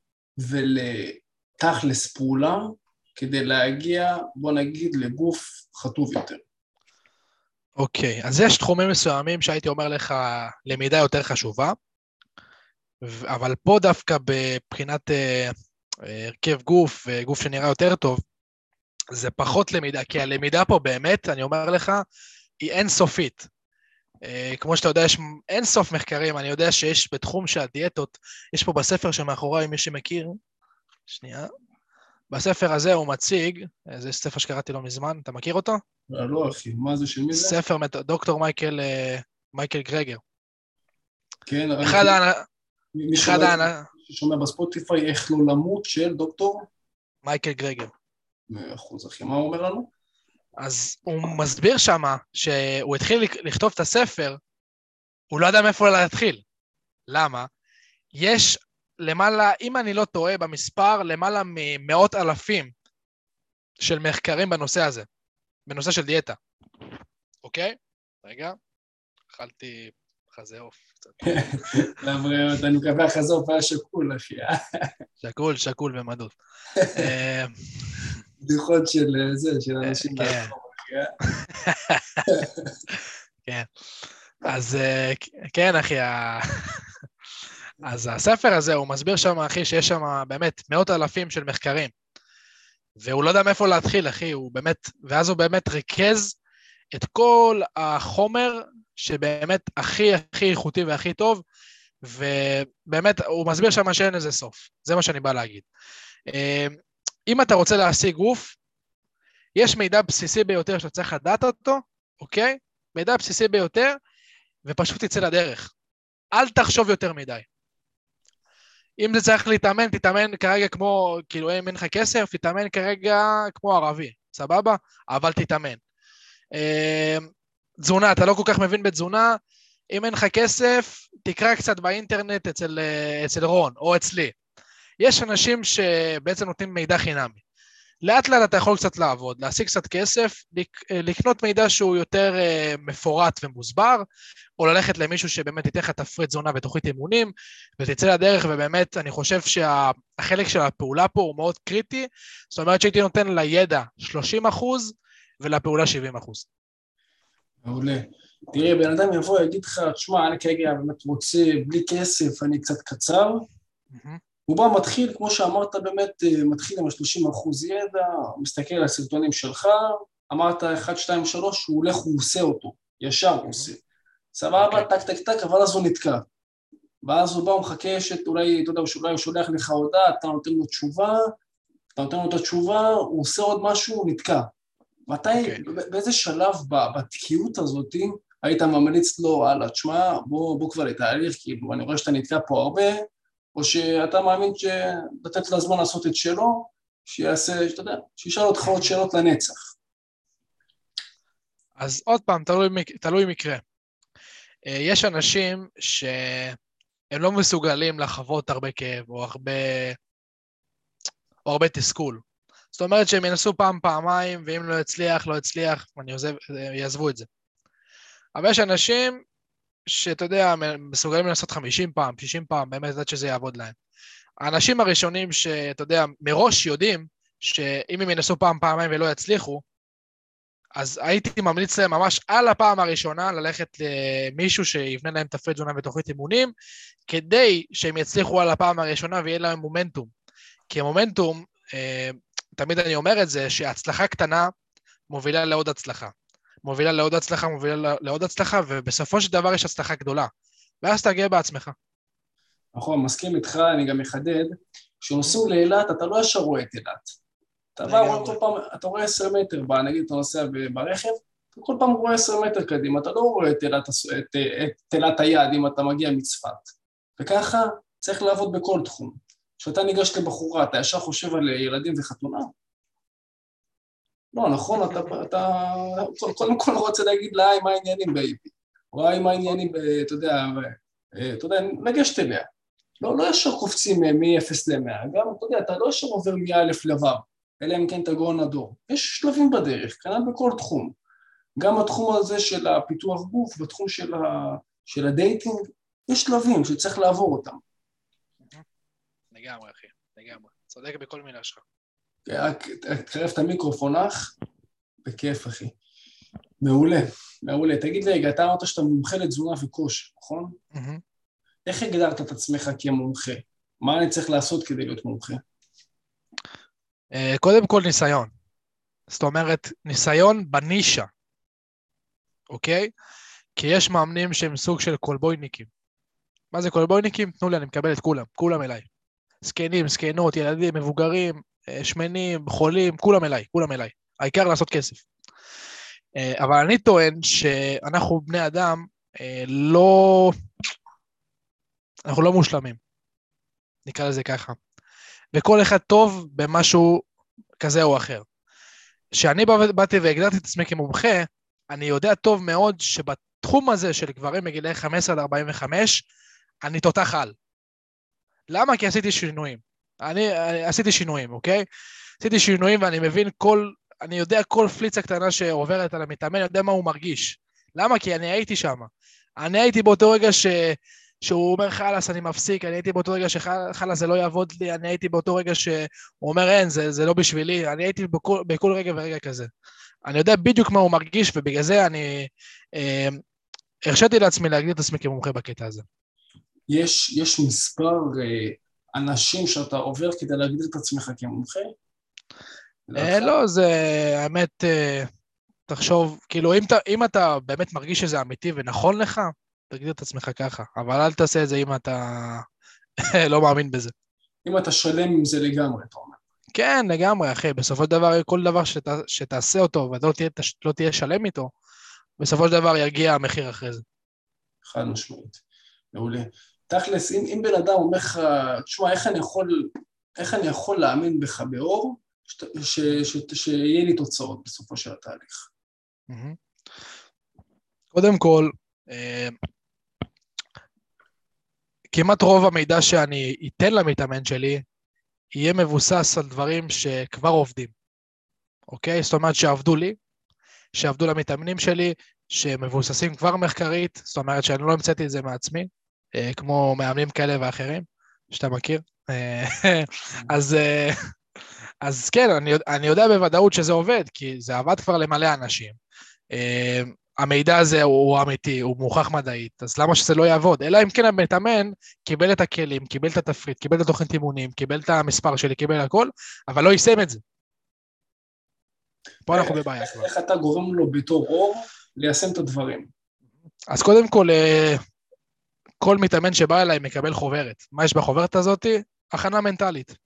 ולתכלס פעולה כדי להגיע, בוא נגיד, לגוף חטוב יותר? אוקיי, אז יש תחומים מסוימים שהייתי אומר לך, למידה יותר חשובה, אבל פה דווקא בבחינת הרכב גוף, גוף שנראה יותר טוב, זה פחות למידה, כי הלמידה פה באמת, אני אומר לך, היא אינסופית. כמו שאתה יודע, יש אינסוף מחקרים, אני יודע שיש בתחום של הדיאטות, יש פה בספר שמאחורי, מי שמכיר, שנייה, בספר הזה הוא מציג, זה ספר שקראתי לו מזמן, אתה מכיר אותו? לא, אחי, מה זה, של מי זה? ספר דוקטור מייקל גרגר. כן, מי ששומע בספוטיפיי, איך לא למות של דוקטור? מייקל גרגר. 100%, אחי, מה הוא אומר לנו? אז הוא מסביר שמה, שהוא התחיל לכתוב את הספר, הוא לא יודע מאיפה להתחיל. למה? יש למעלה, אם אני לא טועה במספר, למעלה ממאות אלפים של מחקרים בנושא הזה, בנושא של דיאטה. אוקיי? רגע, אכלתי חזה עוף קצת. לבריאות, אני מקווה חזה עוף היה שקול, אחי. שקול ומדוד. בדיחות של זה, של אנשים מאחור. כן. אז כן, אחי, אז הספר הזה, הוא מסביר שם, אחי, שיש שם באמת מאות אלפים של מחקרים, והוא לא יודע מאיפה להתחיל, אחי, הוא באמת, ואז הוא באמת ריכז את כל החומר שבאמת הכי איכותי והכי טוב, ובאמת הוא מסביר שם שאין לזה סוף, זה מה שאני בא להגיד. אם אתה רוצה להשיג גוף, יש מידע בסיסי ביותר שאתה צריך לדעת אותו, אוקיי? מידע בסיסי ביותר, ופשוט תצא לדרך. אל תחשוב יותר מדי. אם זה צריך להתאמן, תתאמן כרגע כמו, כאילו אם אין לך כסף, תתאמן כרגע כמו ערבי, סבבה? אבל תתאמן. תזונה, אתה לא כל כך מבין בתזונה, אם אין לך כסף, תקרא קצת באינטרנט אצל רון, או אצלי. יש אנשים שבעצם נותנים מידע חינמי. לאט לאט אתה יכול קצת לעבוד, להשיג קצת כסף, לקנות מידע שהוא יותר מפורט ומוסבר, או ללכת למישהו שבאמת ייתן לך תפריט תזונה ותוכנית אימונים, ותצא לדרך, ובאמת אני חושב שהחלק של הפעולה פה הוא מאוד קריטי, זאת אומרת שהייתי נותן לידע 30% ולפעולה 70%. מעולה. תראה, בן אדם יבוא, יגיד לך, תשמע, אני כרגע באמת רוצה, בלי כסף, אני קצת קצר, הוא בא מתחיל, כמו שאמרת, באמת מתחיל עם ה-30% ידע, מסתכל על הסרטונים שלך, אמרת 1, 2, 3, הוא הולך, הוא עושה אותו, ישר הוא עושה. סבבה, טק, טק, טק, אבל אז הוא נתקע. ואז הוא בא, הוא מחכה אולי, אתה יודע, אולי הוא שולח לך הודעה, אתה נותן לו תשובה, הוא עושה עוד משהו, הוא נתקע. מתי, באיזה שלב בתקיעות הזאת, היית ממליץ לו, הלאה, תשמע, בוא כבר לתהליך, כאילו, אני רואה שאתה נתקע פה הרבה, או שאתה מאמין לתת לזמן לעשות את שלו, שיעשה, שאתה יודע, שישאל אותך עוד שאלות לנצח. אז עוד פעם, תלוי מקרה. יש אנשים שהם לא מסוגלים לחוות הרבה כאב, או הרבה תסכול. זאת אומרת שהם ינסו פעמיים, ואם לא יצליח, יעזבו את זה. אבל יש אנשים שאתה יודע, מסוגלים לעשות 50 פעם, 60 פעם, באמת יודעת שזה יעבוד להם. האנשים הראשונים שאתה יודע, מראש יודעים, שאם הם ינסו פעמיים ולא יצליחו, אז הייתי ממליץ להם ממש על הפעם הראשונה, ללכת למישהו שיבנה להם תפריט תזונה ותוכנית אימונים, כדי שהם יצליחו על הפעם הראשונה ויהיה להם מומנטום. כי המומנטום, תמיד אני אומר את זה, שהצלחה קטנה מובילה לעוד הצלחה. מובילה לעוד הצלחה, ובסופו של דבר יש הצלחה גדולה. ואז תגיע בעצמך. נכון, מסכים איתך, אני גם מחדד, כשנוסעים לאילת, אתה לא ישר רואה את אילת. אתה בא, אתה רואה 10 מטר, נגיד אתה נוסע ברכב, אתה כל פעם רואה 10 מטר קדימה, אתה לא רואה את אילת היעד אם אתה מגיע מצפת. וככה צריך לעבוד בכל תחום. כשאתה ניגש לבחורה, אתה ישר חושב על ילדים וחתונה? לא, נכון, אתה קודם כל רוצה להגיד לה, מה העניינים בייבי? או מה העניינים, אתה יודע, נגשת אליה. לא ישר קופצים מ-0 ל-100, גם, אתה יודע, אתה לא ישר עובר מ-א' ל-ו', אלא אם כן תגרון הדור. יש שלבים בדרך, כנ"ל בכל תחום. גם התחום הזה של הפיתוח גוף, בתחום של הדייטינג, יש שלבים שצריך לעבור אותם. לגמרי, אחי, לגמרי. צודק בכל מילה שלך. תקרב את המיקרופון, אח, בכיף, אחי. מעולה, מעולה. תגיד לי, רגע, אתה אמרת שאתה מומחה לתזונה וכושר, נכון? איך הגדרת את עצמך כמומחה? מה אני צריך לעשות כדי להיות מומחה? קודם כל ניסיון. זאת אומרת, ניסיון בנישה, אוקיי? כי יש מאמנים שהם סוג של קולבויניקים. מה זה קולבויניקים? תנו לי, אני מקבל את כולם אליי. זקנים, זקנות, ילדים, מבוגרים, שמנים, חולים, כולם אליי. העיקר לעשות כסף. אבל אני טוען שאנחנו בני אדם אנחנו לא מושלמים. נקרא לזה ככה. וכל אחד טוב במשהו כזה או אחר. כשאני באתי והגדרתי את עצמי כמומחה, אני יודע טוב מאוד שבתחום הזה של גברים מגילי 15 עד 45, אני תותח על. למה? כי עשיתי שינויים. אני עשיתי שינויים, אוקיי? עשיתי שינויים ואני מבין אני יודע כל פליצה קטנה שעוברת על המתאמן, אני יודע מה הוא מרגיש. למה? כי אני הייתי שם. אני הייתי באותו רגע שהוא אומר חלס, אני מפסיק, אני הייתי באותו רגע שחלס זה לא יעבוד לי, אני הייתי באותו רגע שהוא אומר אין, זה לא בשבילי, אני הייתי בכל רגע ורגע כזה. אני יודע בדיוק מה הוא מרגיש, ובגלל זה אני הרשיתי לעצמי להגדיר את עצמי כמומחה בקטע הזה. יש מספר אנשים שאתה עובר כדי להגדיר את עצמך כמומחה? לא, זה האמת, תחשוב, כאילו אם אתה באמת מרגיש שזה אמיתי ונכון לך, תגדיר את עצמך ככה, אבל אל תעשה את זה אם אתה לא מאמין בזה. אם אתה שלם עם זה לגמרי, אתה אומר. כן, לגמרי, אחי, בסופו של דבר, כל דבר שתעשה אותו, ואתה לא תהיה שלם איתו, בסופו של דבר יגיע המחיר אחרי זה. חד משמעית, מעולה. תכלס, אם בן אדם אומר לך, תשמע, איך אני יכול להאמין בך באור, שיהיה לי תוצאות בסופו של התהליך? קודם כל, כמעט רוב המידע שאני אתן למתאמן שלי, יהיה מבוסס על דברים שכבר עובדים. אוקיי? זאת אומרת שעבדו לי, שעבדו למתאמנים שלי, שמבוססים כבר מחקרית, זאת אומרת שאני לא המצאתי את זה מעצמי, כמו מאמנים כאלה ואחרים, שאתה מכיר. אז, אז כן, אני יודע בוודאות שזה עובד, כי זה עבד כבר למלא אנשים. המידע הזה הוא אמיתי, הוא מוכח מדעית, אז למה שזה לא יעבוד? אלא אם כן המתאמן קיבל את הכלים, קיבל את התפריט, קיבל את התוכנית אימונים, קיבל את המספר שלי, קיבל הכל, אבל לא יישם את זה. פה אנחנו בבעיה כבר. איך אתה גורם לו בתור אור ליישם את הדברים? אז קודם כל, כל מתאמן שבא אליי מקבל חוברת. מה יש בחוברת הזאת? הכנה מנטלית.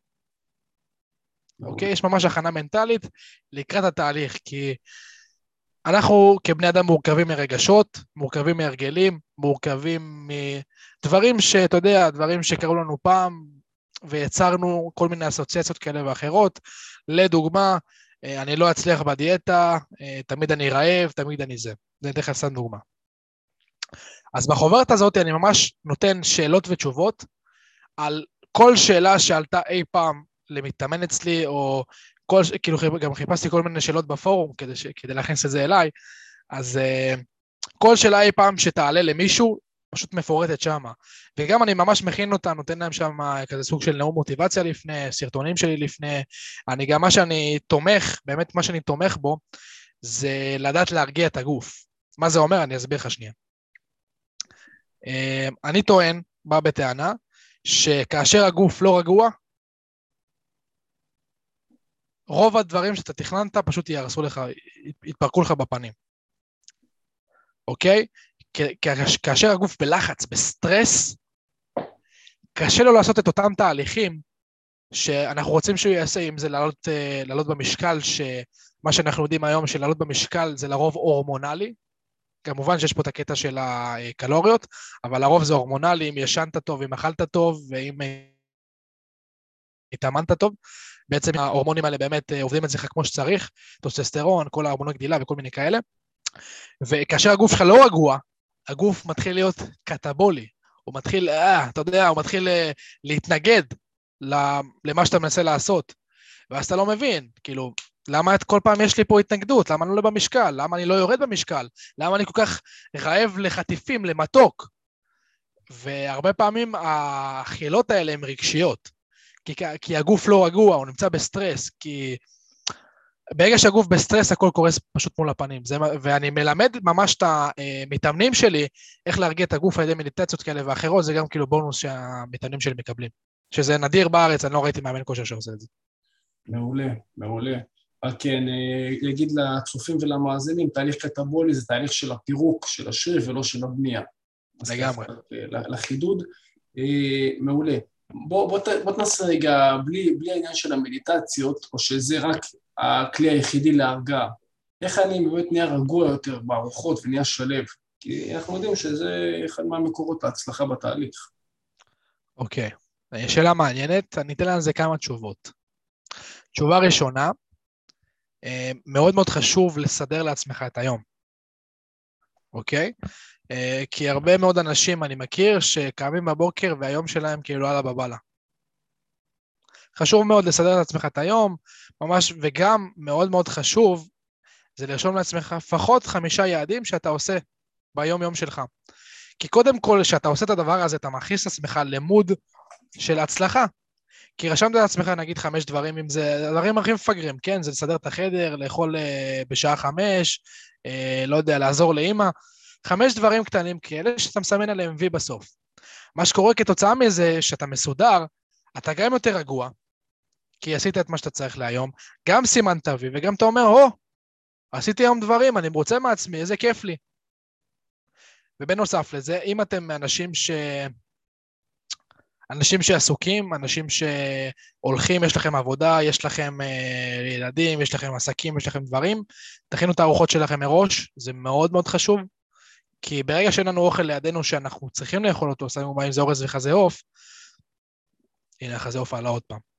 אוקיי? יש ממש הכנה מנטלית לקראת התהליך, כי אנחנו כבני אדם מורכבים מרגשות, מורכבים מהרגלים, מורכבים מדברים שאתה יודע, דברים שקרו לנו פעם, ויצרנו כל מיני אסוציאציות כאלה ואחרות. לדוגמה, אני לא אצליח בדיאטה, תמיד אני רעב, תמיד אני זה. זה אתן לך סתם דוגמה. אז בחוברת הזאת אני ממש נותן שאלות ותשובות על כל שאלה שעלתה אי פעם למתאמן אצלי, או כאילו גם חיפשתי כל מיני שאלות בפורום כדי להכניס את זה אליי, אז כל שאלה אי פעם שתעלה למישהו, פשוט מפורטת שמה. וגם אני ממש מכין אותה, נותן להם שם כזה סוג של נאום מוטיבציה לפני, סרטונים שלי לפני, גם מה שאני תומך, באמת מה שאני תומך בו, זה לדעת להרגיע את הגוף. מה זה אומר? אני אסביר לך שנייה. אני טוען, בא בטענה, שכאשר הגוף לא רגוע, רוב הדברים שאתה תכננת פשוט יהרסו לך, יתפרקו לך בפנים. אוקיי? כאשר הגוף בלחץ, בסטרס, קשה לו לעשות את אותם תהליכים שאנחנו רוצים שהוא יעשה, אם זה לעלות במשקל, שמה שאנחנו יודעים היום של לעלות במשקל זה לרוב הורמונלי, כמובן שיש פה את הקטע של הקלוריות, אבל לרוב זה הורמונלי, אם ישנת טוב, אם אכלת טוב, ואם התאמנת טוב, בעצם ההורמונים האלה באמת עובדים אצלך כמו שצריך, טוסטסטרון, כל ההורמוני גדילה וכל מיני כאלה, וכאשר הגוף שלך לא רגוע, הגוף מתחיל להיות קטבולי, הוא מתחיל, אתה יודע, הוא מתחיל להתנגד למה שאתה מנסה לעשות, ואז אתה לא מבין, כאילו, למה כל פעם יש לי פה התנגדות? למה אני לא עולה במשקל? למה אני לא יורד במשקל? למה אני כל כך רעב לחטיפים, למתוק? והרבה פעמים החילות האלה הן רגשיות, כי הגוף לא רגוע, הוא נמצא בסטרס, כי ברגע שהגוף בסטרס הכל קורס פשוט מול הפנים, ואני מלמד ממש את המתאמנים שלי, איך להרגיע את הגוף על ידי מדיטציות כאלה ואחרות, זה גם כאילו בונוס שהמתאמנים שלי מקבלים, שזה נדיר בארץ, אני לא ראיתי מאמן כושר שעושה את זה. מעולה, מעולה. רק כן, להגיד לצופים ולמאזינים, תהליך קטבולי זה תהליך של הפירוק, של השריר ולא של הבנייה. לגמרי. לחידוד, מעולה. בוא תנסה רגע, בלי העניין של המדיטציות, או שזה רק הכלי היחידי להרגעה. איך אני באמת נהיה רגוע יותר בארוחות ונהיה שלב? כי אנחנו יודעים שזה אחד מהמקורות להצלחה בתהליך. אוקיי, שאלה מעניינת, אני אתן לזה כמה תשובות. תשובה ראשונה, מאוד מאוד חשוב לסדר לעצמך את היום, אוקיי? כי הרבה מאוד אנשים אני מכיר שקמים בבוקר והיום שלהם כאילו הלאה בבלה. חשוב מאוד לסדר לעצמך את היום, ממש, וגם מאוד מאוד חשוב, זה לרשום לעצמך לפחות 5 יעדים שאתה עושה ביום יום שלך. כי קודם כל, שאתה עושה את הדבר הזה, אתה מכניס לעצמך למוד של הצלחה. כי רשמת לעצמך, נגיד 5 דברים, אם זה דברים הכי מפגרים, כן? זה לסדר את החדר, לאכול בשעה 5, לא יודע, לעזור לאמא. 5 דברים קטנים כאלה שאתה מסמן עליהם וי בסוף. מה שקורה כתוצאה מזה, שאתה מסודר, אתה גם יותר רגוע, כי עשית את מה שאתה צריך להיום, גם סימנת וי, וגם אתה אומר, עשיתי היום דברים, אני מרוצה מעצמי, איזה כיף לי. ובנוסף לזה, אם אתם אנשים שעסוקים, אנשים שהולכים, יש לכם עבודה, יש לכם ילדים, יש לכם עסקים, יש לכם דברים, תכינו את הארוחות שלכם מראש, זה מאוד מאוד חשוב, כי ברגע שאין לנו אוכל לידינו שאנחנו צריכים לאכול אותו, שמים בהם זה אורז וחזה עוף, הנה החזה עוף עלה עוד פעם.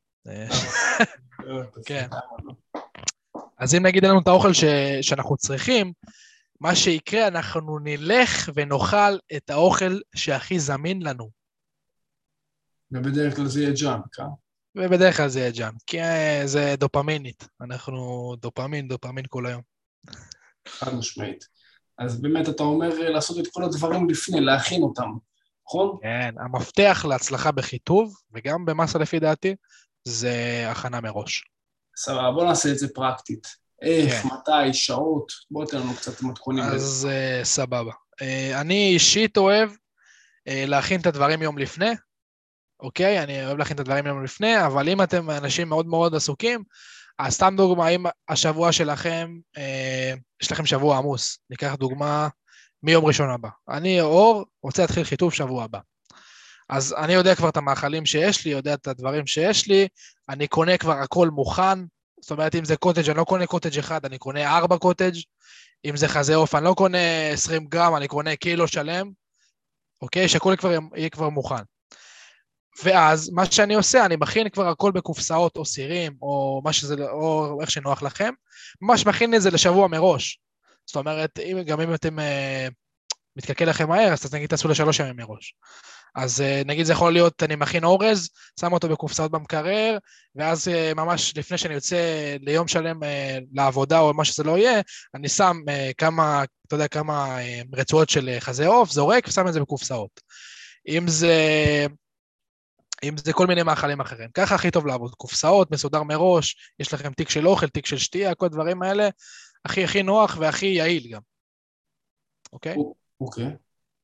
כן. אז אם נגיד לנו את האוכל שאנחנו צריכים, מה שיקרה, אנחנו נלך ונאכל את האוכל שהכי זמין לנו. ובדרך כלל זה יהיה ג'אנק, ובדרך כלל זה יהיה ג'אנק, כי זה דופמינית, אנחנו דופמין כל היום. חד משמעית. אז באמת אתה אומר לעשות את כל הדברים לפני, להכין אותם, נכון? כן, המפתח להצלחה בחיטוב, וגם במסה לפי דעתי, זה הכנה מראש. סבבה, בוא נעשה את זה פרקטית. איך, כן, מתי, שעות, בוא תן לנו קצת מתכונים לזה. אז סבבה. אני אישית אוהב להכין את הדברים יום לפני, אוקיי? אני אוהב להכין את הדברים יום לפני, אבל אם אתם אנשים מאוד מאוד עסוקים, אז סתם דוגמה, אם השבוע שלכם, יש לכם שבוע עמוס, ניקח דוגמה מיום ראשון הבא. אני, אור, רוצה להתחיל חיטוב שבוע הבא. אז אני יודע כבר את המאכלים שיש לי, יודע את הדברים שיש לי, אני קונה כבר הכל מוכן, זאת אומרת, אם זה קוטג' אני לא קונה קוטג' אחד, אני קונה 4 קוטג', אם זה חזה עוף, אני לא קונה 20 גרם, אני קונה קילו שלם, אוקיי? שהכל יהיה כבר מוכן. ואז מה שאני עושה, אני מכין כבר הכל בקופסאות או סירים, או מה שזה, או איך שנוח לכם, ממש מכין את זה לשבוע מראש. זאת אומרת, גם אם אתם מתקלקל לכם מהר, אז נגיד תעשו ל3 ימים מראש. אז נגיד זה יכול להיות, אני מכין אורז, שם אותו בקופסאות במקרר, ואז ממש לפני שאני יוצא ליום שלם לעבודה או מה שזה לא יהיה, אני שם כמה, אתה יודע, כמה רצועות של חזה עוף, זורק ושם את זה בקופסאות. אם זה כל מיני מאכלים אחרים. ככה הכי טוב לעבוד. קופסאות, מסודר מראש, יש לכם תיק של אוכל, תיק של שתייה, כל הדברים האלה, הכי נוח והכי יעיל גם. אוקיי? אוקיי.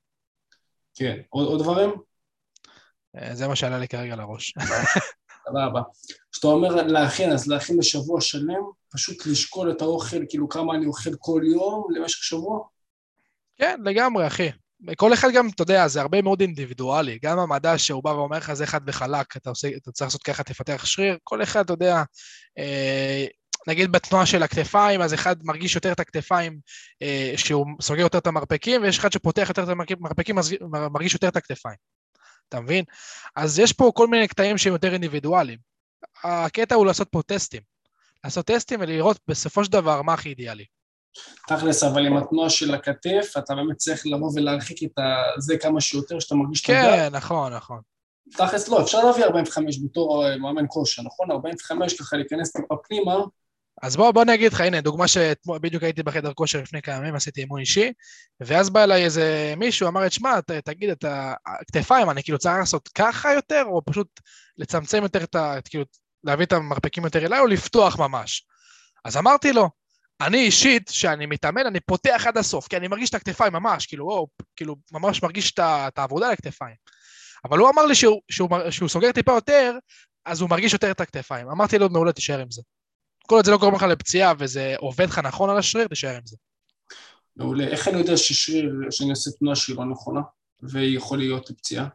כן. עוד דברים? זה מה שעלה לי כרגע לראש. סבבה. כשאתה אומר להכין, אז להכין לשבוע שלם, פשוט לשקול את האוכל, כאילו כמה אני אוכל כל יום למשך שבוע? כן, לגמרי, אחי. כל אחד גם, אתה יודע, זה הרבה מאוד אינדיבידואלי. גם המדע שהוא בא ואומר לך, זה חד וחלק, אתה צריך לעשות ככה, תפתח שריר. כל אחד, אתה יודע, נגיד בתנועה של הכתפיים, אז אחד מרגיש יותר את הכתפיים, שהוא סוגר יותר את המרפקים, ויש אחד שפותח יותר את המרפקים, מרגיש יותר את הכתפיים. אתה מבין? אז יש פה כל מיני קטעים שהם יותר אינדיבידואליים. הקטע הוא לעשות פה טסטים. לעשות טסטים ולראות בסופו של דבר מה הכי אידיאלי. תכלס, אבל עם התנועה של הכתף, אתה באמת צריך לבוא ולהרחיק את זה כמה שיותר, שאתה מרגיש את הגב. כן, נכון. תכלס, לא, אפשר להביא 45 בתור מאמן כושר, נכון? 45 ככה להיכנס טיפה פנימה. אז בוא אני אגיד לך, הנה, דוגמה שבדיוק הייתי בחדר כושר לפני כמה ימים, עשיתי אימון אישי, ואז בא אליי איזה מישהו, אמר את שמע, תגיד את הכתפיים, אני כאילו צריך לעשות ככה יותר, או פשוט לצמצם יותר כאילו, להביא את המרפקים יותר אליי, או לפתוח ממש. אז אמרתי לו, אני אישית, שאני מתאמן, אני פותח עד הסוף, כי אני מרגיש את הכתפיים ממש, כאילו ממש מרגיש את העבודה על הכתפיים. אבל הוא אמר לי שהוא סוגר טיפה יותר, אז הוא מרגיש יותר את הכתפיים. אמרתי לו, מעולה, תישאר עם זה. כל עוד זה לא קוראים לך לפציעה, וזה עובד לך נכון על השריר, תישאר עם זה. מעולה. איך אני יודע ששריר, שאני עושה תנועה שהיא לא נכונה, ויכול להיות פציעה?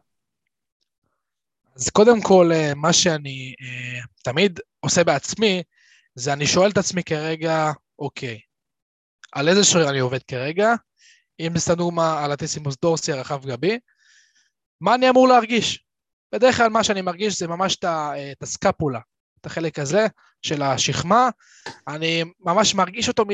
אז קודם כל, מה שאני תמיד עושה בעצמי, זה אני שואל את עצמי כרגע, אוקיי, על איזה שריר אני עובד כרגע, אם זה דוגמה על הטיסימוס דורסי הרחב גבי, מה אני אמור להרגיש? בדרך כלל מה שאני מרגיש זה ממש את הסקפולה, את החלק הזה של השכמה, אני ממש מרגיש אותו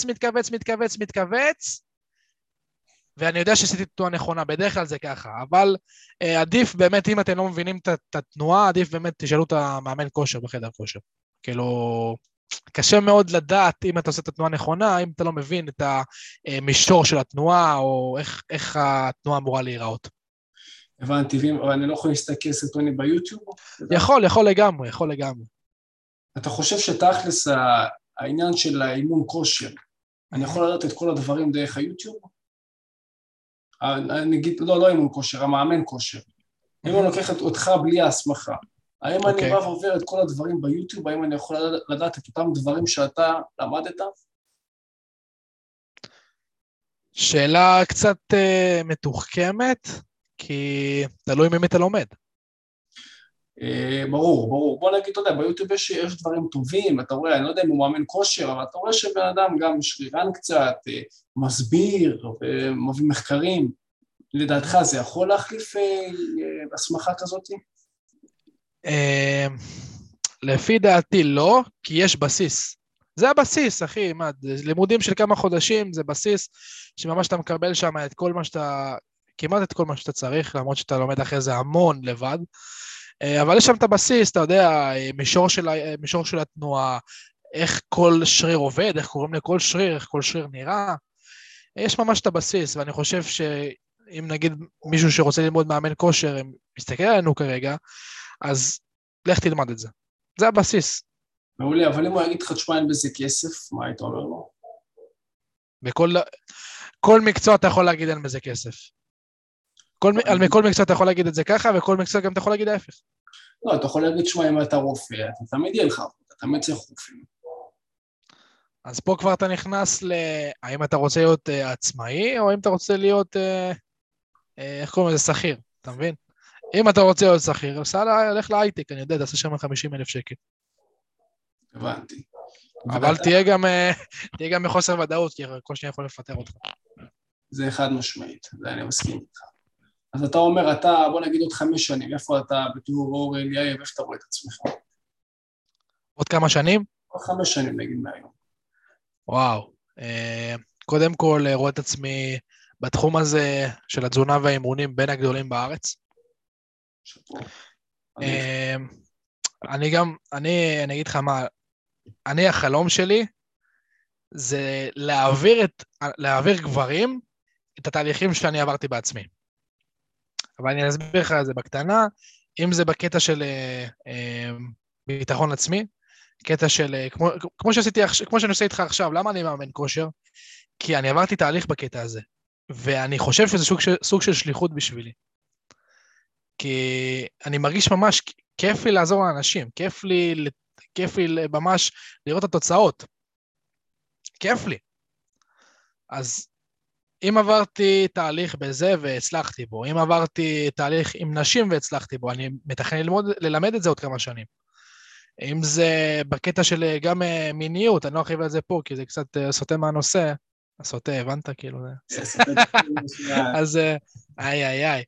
מתכווץ, ואני יודע שעשיתי תנועה נכונה, בדרך כלל זה ככה, אבל עדיף באמת, אם אתם לא מבינים את התנועה, עדיף באמת תשאלו את המאמן כושר בחדר כושר. כאילו, קשה מאוד לדעת אם אתה עושה את התנועה נכונה, אם אתה לא מבין את המישור של התנועה, או איך התנועה אמורה להיראות. הבנתי, אבל אני לא יכול להסתכל סרטונים ביוטיוב? יכול לגמרי. אתה חושב שתכלס העניין של האימון כושר, אני יכול לדעת את כל הדברים דרך היוטיוב? נגיד, לא אימון כושר, המאמן כושר. אם אני לוקח אותך בלי ההסמכה, האם אני בא ועובר את כל הדברים ביוטיוב, האם אני יכול לדעת את אותם דברים שאתה למדת? שאלה קצת מתוחכמת, כי תלוי ממי אתה לומד. ברור. בוא נגיד, אתה יודע, ביוטיוב יש דברים טובים, אתה רואה, אני לא יודע אם הוא מאמן כושר, אבל אתה רואה שבן אדם גם שרירן קצת, מסביר, מביא מחקרים. לדעתך זה יכול להחליף הסמכה כזאת? לפי דעתי לא, כי יש בסיס. זה הבסיס, אחי, לימודים של כמה חודשים זה בסיס, שממש אתה מקבל שם את כל מה שאתה, כמעט את כל מה שאתה צריך, למרות שאתה לומד אחרי זה המון לבד, אבל יש שם את הבסיס, אתה יודע, מישור של התנועה, איך כל שריר עובד, איך קוראים לכל שריר, איך כל שריר נראה, יש ממש את הבסיס, ואני חושב שאם נגיד מישהו שרוצה ללמוד מאמן כושר, מסתכל עלינו כרגע, אז לך תלמד את זה. זה הבסיס. מעולה, אבל אם הוא יגיד לך, תשמע, אין בזה כסף, מה היית אומר לו? כל מקצוע אתה יכול להגיד אין בזה כסף. על כל מקצוע אתה יכול להגיד את זה ככה, וכל מקצוע גם אתה יכול להגיד ההפך. לא, אתה יכול להגיד, שמע, אם אתה רופא, אתה תמיד יהיה לך, אתה תמיד צריך רופאים. אז פה כבר אתה נכנס האם אתה רוצה להיות עצמאי, או האם אתה רוצה להיות, איך קוראים לזה, שכיר, אתה מבין? אם אתה רוצה להיות שכיר, לך להייטק, אני יודע, תעשה שם 50,000 שקל. הבנתי. אבל תהיה גם מחוסר ודאות, כי כל שניה יכול לפטר אותך. זה חד משמעית, זה אני מסכים איתך. אז אתה אומר, בוא נגיד עוד 5 שנים, איפה אתה בתור אור אליאייב, איפה אתה רואה את עצמך? עוד כמה שנים? עוד 5 שנים נגיד מהיום. וואו. קודם כל, רואה את עצמי בתחום הזה של התזונה והאימונים בין הגדולים בארץ. אני אגיד לך מה, החלום שלי זה להעביר גברים את התהליכים שאני עברתי בעצמי. אבל אני אסביר לך את זה בקטנה, אם זה בקטע של ביטחון עצמי, קטע של, כמו שאני עושה איתך עכשיו, למה אני מאמן כושר? כי אני עברתי תהליך בקטע הזה, ואני חושב שזה סוג של שליחות בשבילי. כי אני מרגיש ממש, כיף לי לעזור לאנשים, כיף לי ממש לראות את התוצאות. כיף לי. אז אם עברתי תהליך בזה והצלחתי בו, אם עברתי תהליך עם נשים והצלחתי בו, אני מתכנן ללמד את זה עוד כמה שנים. אם זה בקטע של גם מיניות, אני לא ארחיב על זה פה, כי זה קצת סוטה מהנושא, סוטה, הבנת כאילו זה? אז, איי.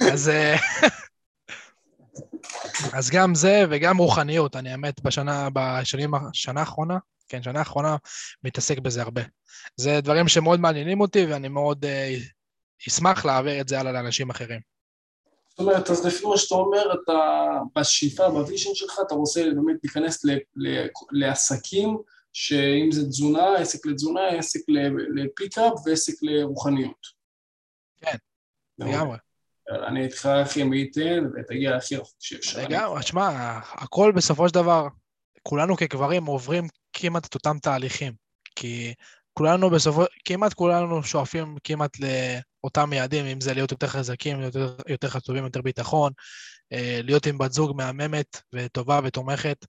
אז גם זה וגם רוחניות, אני האמת שנה האחרונה, כן, שנה האחרונה מתעסק בזה הרבה. זה דברים שמאוד מעניינים אותי, ואני מאוד אשמח להעביר את זה הלאה לאנשים אחרים. זאת אומרת, אז לפי מה שאתה אומר, אתה בשאיפה, בוויז'ן שלך, אתה רוצה באמת להיכנס לעסקים, שאם זה תזונה, עסק לתזונה, עסק לפיקאפ ועסק לרוחניות. כן, לגמרי. אני איתך הכי מייתן, ותגיע הכי רחוק שאפשר. לגמרי, תשמע, הכל בסופו של דבר, כולנו כגברים עוברים כמעט את אותם תהליכים, כי כמעט כולנו שואפים כמעט לאותם יעדים, אם זה להיות יותר חזקים, יותר חטובים, יותר ביטחון, להיות עם בת זוג מהממת וטובה ותומכת,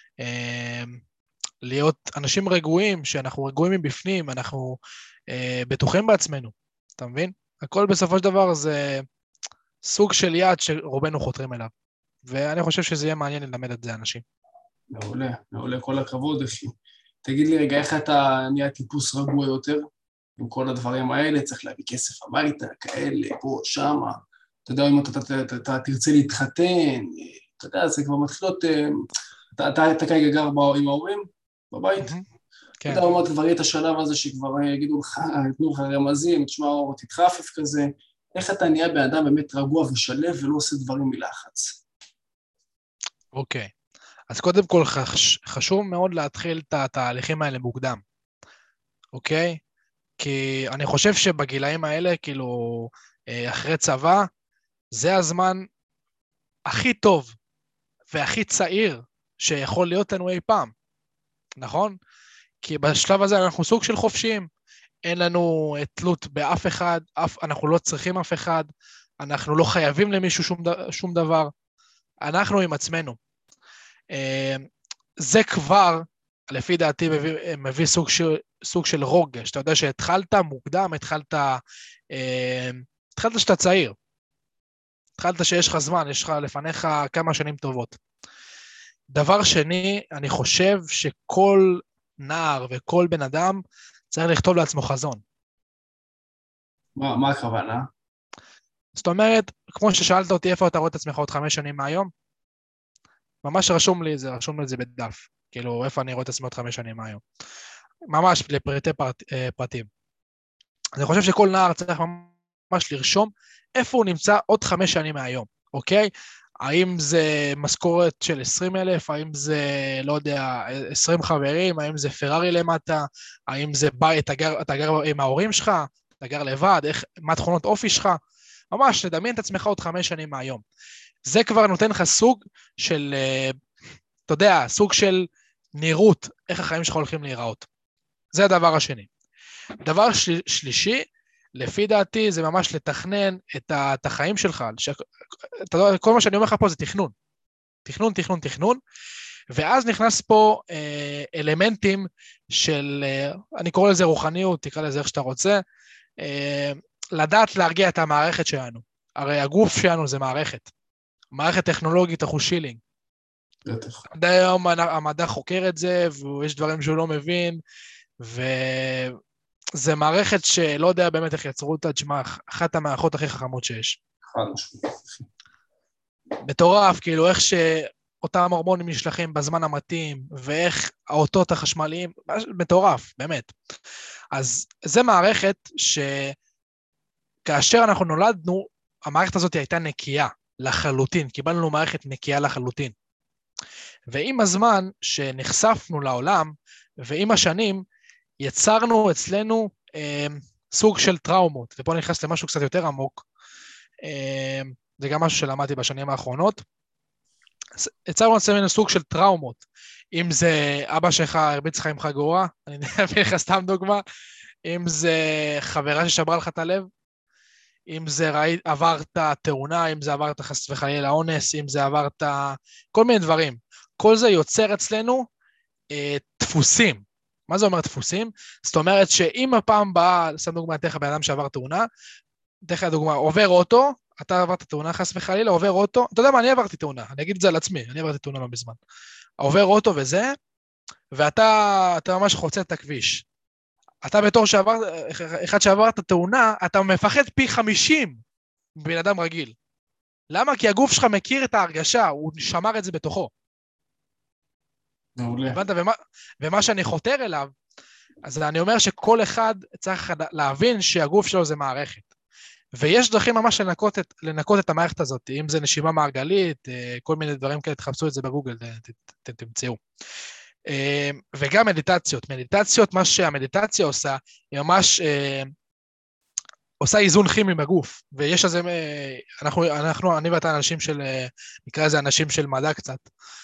להיות אנשים רגועים, שאנחנו רגועים מבפנים, אנחנו בטוחים בעצמנו, אתה מבין? הכל בסופו של דבר זה סוג של יעד שרובנו חותרים אליו, ואני חושב שזה יהיה מעניין ללמד את זה אנשים. מעולה, כל הכבוד, אחי. תגיד לי רגע, איך אתה נהיה טיפוס רגוע יותר? עם כל הדברים האלה, צריך להביא כסף הביתה, כאלה, פה, שמה. אתה יודע, אם אתה תרצה להתחתן, אתה יודע, זה כבר מתחיל להיות, אתה כרגע גר עם ההורים בבית? אתה יודע, אומר, כבר יהיה את השלב הזה שכבר יגידו לך, יתנו לך רמזים, תשמע, תתחפף כזה. איך אתה נהיה באדם באמת רגוע ושלב ולא עושה דברים מלחץ? אוקיי. אז קודם כל חשוב מאוד להתחיל את התהליכים האלה מוקדם, אוקיי? כי אני חושב שבגילאים האלה, כאילו, אחרי צבא, זה הזמן הכי טוב והכי צעיר שיכול להיות לנו אי פעם, נכון? כי בשלב הזה אנחנו סוג של חופשיים, אין לנו תלות באף אחד, אנחנו לא צריכים אף אחד, אנחנו לא חייבים למישהו שום דבר, אנחנו עם עצמנו. זה כבר, לפי דעתי, מביא סוג של רוגש. אתה יודע שהתחלת מוקדם, התחלת שאתה צעיר. התחלת שיש לך זמן, יש לך לפניך כמה שנים טובות. דבר שני, אני חושב שכל נער וכל בן אדם צריך לכתוב לעצמו חזון. מה הכוונה? זאת אומרת, כמו ששאלת אותי איפה אתה רואה את עצמך עוד 5 שנים מהיום, ממש רשום לי את זה בדף, כאילו איפה אני רואה את עצמי עוד 5 שנים מהיום. ממש לפרטי פרטים. אני חושב שכל נער צריך ממש לרשום איפה הוא נמצא עוד 5 שנים מהיום, אוקיי? האם זה משכורת של 20,000, האם זה, לא יודע, 20 חברים, האם זה פרארי למטה, האם זה בית, אתה גר עם ההורים שלך, אתה גר לבד, מה תכונות אופי שלך, ממש, לדמיין את עצמך עוד 5 שנים מהיום. זה כבר נותן לך סוג של, אתה יודע, סוג של נראות, איך החיים שלך הולכים להיראות. זה הדבר השני. דבר שלישי, לפי דעתי, זה ממש לתכנן את החיים שלך. כל מה שאני אומר לך פה זה תכנון. תכנון, ואז נכנס פה אלמנטים של, אני קורא לזה רוחניות, תקרא לזה איך שאתה רוצה, לדעת להרגיע את המערכת שלנו. הרי הגוף שלנו זה מערכת. מערכת טכנולוגית, החושילינג. עד היום המדע חוקר את זה, ויש דברים שהוא לא מבין, וזה מערכת שלא יודע באמת איך יצרו אותה, תשמע, אחת המערכות הכי חכמות שיש. מטורף, כאילו איך שאותם הורמונים נשלחים בזמן המתאים, ואיך האותות החשמליים, מטורף, באמת. אז זה מערכת שכאשר אנחנו נולדנו, המערכת הזאת הייתה נקייה לחלוטין, קיבלנו מערכת נקייה לחלוטין. ועם הזמן שנחשפנו לעולם, ועם השנים, יצרנו אצלנו סוג של טראומות, ופה נכנס למשהו קצת יותר עמוק, זה גם משהו שלמדתי בשנים האחרונות, יצרנו אצלנו סוג של טראומות, אם זה אבא שלך הרביץ לך עם חגורה, אני אביא לך סתם דוגמה, אם זה חברה ששברה לך את הלב, אם זה עברת תאונה, אם זה עברת חס וחלילה אונס, אם זה עברת כל מיני דברים. כל זה יוצר אצלנו דפוסים. מה זה אומר דפוסים? זאת אומרת שאם הפעם באה, שם דוגמה, תכף בן אדם שעבר תאונה, תכף דוגמה, עובר אוטו, אתה עברת תאונה חס וחלילה, עובר אוטו, אתה יודע מה, אני עברתי תאונה, אני אגיד את זה על עצמי, אני עברתי תאונה לא בזמן. עובר אוטו וזה, ואתה ממש חוצה את הכביש. אתה בתור אחד שעבר את התאונה, אתה מפחד פי 50 מבן אדם רגיל. למה? כי הגוף שלך מכיר את ההרגשה, הוא שמר את זה בתוכו. הבנת? ומה שאני חותר אליו, אז אני אומר שכל אחד צריך להבין שהגוף שלו זה מערכת. ויש דרכים ממש לנקות את המערכת הזאת, אם זה נשימה מעגלית, כל מיני דברים כאלה, תחפשו את זה בגוגל, תמצאו. וגם מדיטציות, מה שהמדיטציה עושה, היא ממש עושה איזון כימי בגוף, ויש לזה, אני ואתה אנשים של, נקרא לזה אנשים של מדע קצת,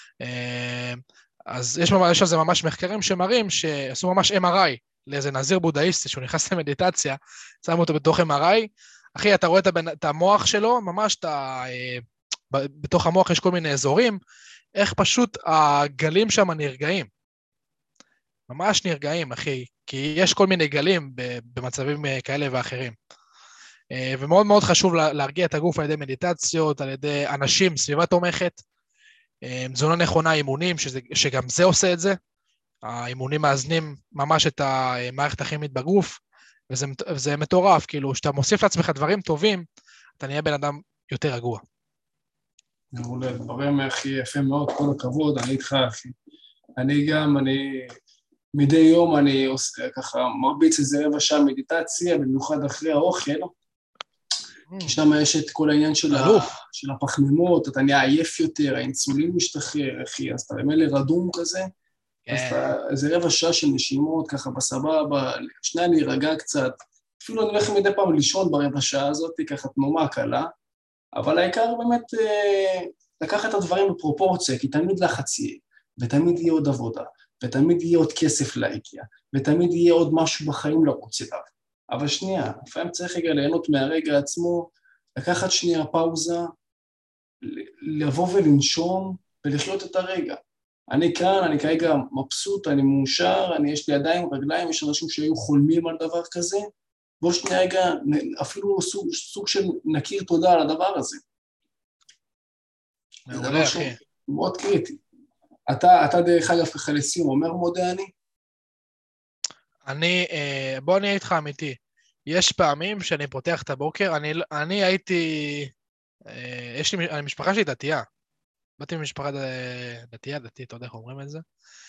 אז יש לזה ממש מחקרים שמראים, שעשו ממש MRI, לאיזה נזיר בודהיסטי, שהוא נכנס למדיטציה, שמו אותו בתוך MRI, אחי, אתה רואה את המוח שלו, ממש בתוך המוח יש כל מיני אזורים, איך פשוט הגלים שם נרגעים. ממש נרגעים, אחי, כי יש כל מיני גלים במצבים כאלה ואחרים. ומאוד מאוד חשוב להרגיע את הגוף על ידי מדיטציות, על ידי אנשים, סביבה תומכת, תזונה נכונה, אימונים, שגם זה עושה את זה. האימונים מאזנים ממש את המערכת הכימית בגוף, וזה מטורף, כאילו, שאתה מוסיף לעצמך דברים טובים, אתה נהיה בן אדם יותר רגוע. מעולה, דברים הכי יפה מאוד, כל הכבוד, אני איתך, אחי. מדי יום אני עושה ככה, מרביץ איזה רבע שעה מדיטציה, במיוחד אחרי האוכל, כי שם יש את כל העניין של הפחמימות, אתה נהיה עייף יותר, האינסולין משתחרר, אחי, אז אתה במילא רדום כזה, אז איזה רבע שעה של נשימות, ככה בסבבה, שנייה להירגע קצת, אפילו אני הולך מדי פעם לישון ברבע שעה הזאת, ככה תנומה קלה, אבל העיקר באמת לקחת את הדברים בפרופורציה, כי תמיד לחץ יהיה, ותמיד יהיה עוד עבודה, ותמיד יהיה עוד כסף להגיע, ותמיד יהיה עוד משהו בחיים לרוץ אליו. אבל שנייה, לפעמים צריך רגע ליהנות מהרגע עצמו, לקחת שנייה פאוזה, לבוא ולנשום ולחיות את הרגע. אני כאן, אני כרגע מבסוט, אני מאושר, יש לי ידיים, רגליים, יש אנשים שהיו חולמים על דבר כזה, בוא שנייה רגע, אפילו סוג של נכיר תודה על הדבר הזה. זה דבר שהוא מאוד קריטי. אתה דרך אגב ככה לסיום, אומר מודה בוא אני איתך אמיתי, יש פעמים שאני פותח את הבוקר, אני הייתי, המשפחה שלי דתייה, באתי ממשפחה דתייה, אתה יודע איך אומרים את זה,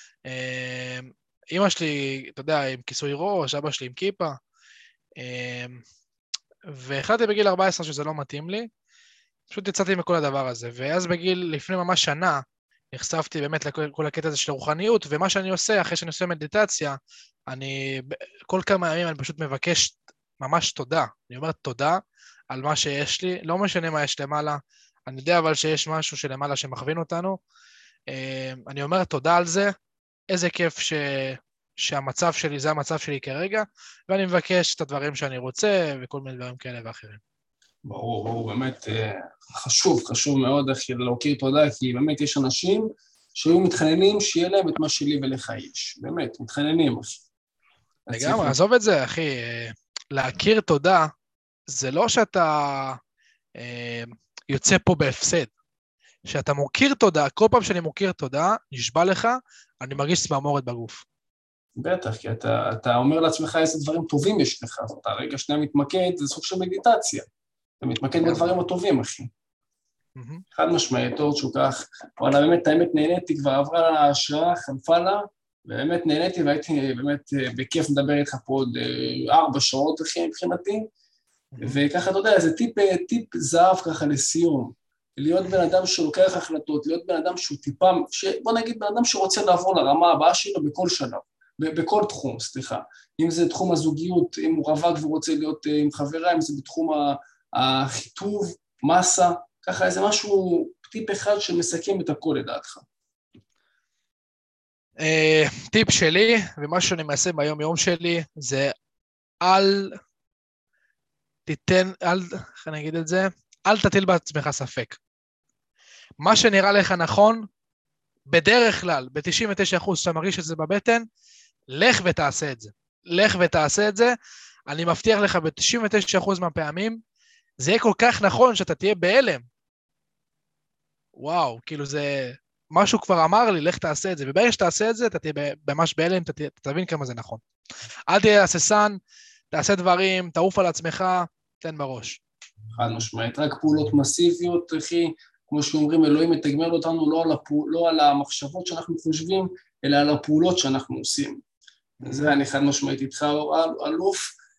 אמא שלי, אתה יודע, עם כיסוי ראש, אבא שלי עם כיפה, והחלטתי בגיל 14 שזה לא מתאים לי, פשוט יצאתי מכל הדבר הזה, ואז לפני ממש שנה, נחשפתי באמת לכל הקטע הזה של הרוחניות, ומה שאני עושה, אחרי שאני עושה מדיטציה, כל כמה ימים אני פשוט מבקש ממש תודה. אני אומר תודה על מה שיש לי, לא משנה מה יש למעלה, אני יודע אבל שיש משהו שלמעלה שמכווין אותנו, אני אומר תודה על זה, איזה כיף שהמצב שלי, זה המצב שלי כרגע, ואני מבקש את הדברים שאני רוצה, וכל מיני דברים כאלה ואחרים. ברור, באמת חשוב מאוד אחי להוקיר תודה, כי באמת יש אנשים שהיו מתחננים שיהיה להם את מה שלי ולך יש, באמת, מתחננים אחי. לגמרי, עזוב את זה אחי, להכיר תודה, זה לא שאתה יוצא פה בהפסד, שאתה מוקיר תודה, כל פעם שאני מוקיר תודה, נשבע לך, אני מרגיש צמרמורת בגוף. בטח, כי אתה אומר לעצמך איזה דברים טובים יש לך, אז אתה רגע שנייה מתמקד, זה סוג של מדיטציה. אתה מתמקד בדברים הטובים, אחי. חד משמעית, שהוא כך, וואלה, באמת, האמת נהניתי, כבר עברה לה השעה, חלפה לה, ובאמת נהניתי, והייתי באמת בכיף לדבר איתך פה עוד 4 שעות, אחי, מבחינתי, וככה, אתה יודע, זה טיפ זהב ככה לסיום, להיות בן אדם שלוקח החלטות, להיות בן אדם שהוא טיפה, בוא נגיד בן אדם שרוצה לעבור לרמה הבאה שלו בכל שלב, בכל תחום, סליחה, אם זה תחום הזוגיות, אם הוא רווק ורוצה להיות עם חברה, אם זה בתחום החיטוב, מסה, ככה איזה משהו, טיפ אחד שמסכם את הכל לדעתך. טיפ שלי, ומה שאני מעשה ביום יום שלי, זה איך אני אגיד את זה? אל תטיל בעצמך ספק. מה שנראה לך נכון, בדרך כלל, ב-99% שאתה מרגיש את זה בבטן, לך ותעשה את זה. לך ותעשה את זה, אני מבטיח לך ב-99% מהפעמים, זה יהיה כל כך נכון שאתה תהיה בהלם. וואו, כאילו זה, משהו כבר אמר לי, לך תעשה את זה, וברגע שתעשה את זה, אתה תהיה ממש בהלם, אתה תבין כמה זה נכון. אל תהיה הססן, תעשה דברים, תעוף על עצמך, תן בראש. חד משמעית, רק פעולות מסיביות, אחי, כמו שאומרים, אלוהים מתגמל אותנו לא על המחשבות שאנחנו חושבים, אלא על הפעולות שאנחנו עושים. זה אני חד משמעית איתך, אלוף.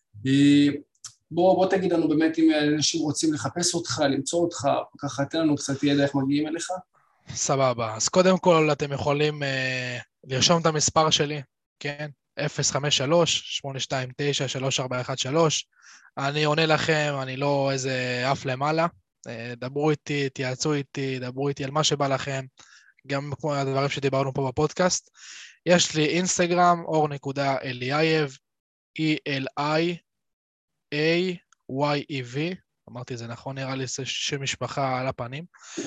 בוא תגיד לנו באמת אם אנשים רוצים לחפש אותך, למצוא אותך, ככה תן לנו קצת ידע איך מגיעים אליך. סבבה, אז קודם כל אתם יכולים לרשום את המספר שלי, כן? 053-829-3413, אני עונה לכם, אני לא איזה אף למעלה, דברו איתי, תייעצו איתי, דברו איתי על מה שבא לכם, גם כמו הדברים שדיברנו פה בפודקאסט. יש לי אינסטגרם, אור.אלייב, ELIAYEV, אמרתי את זה נכון, נראה לי שם משפחה על הפנים.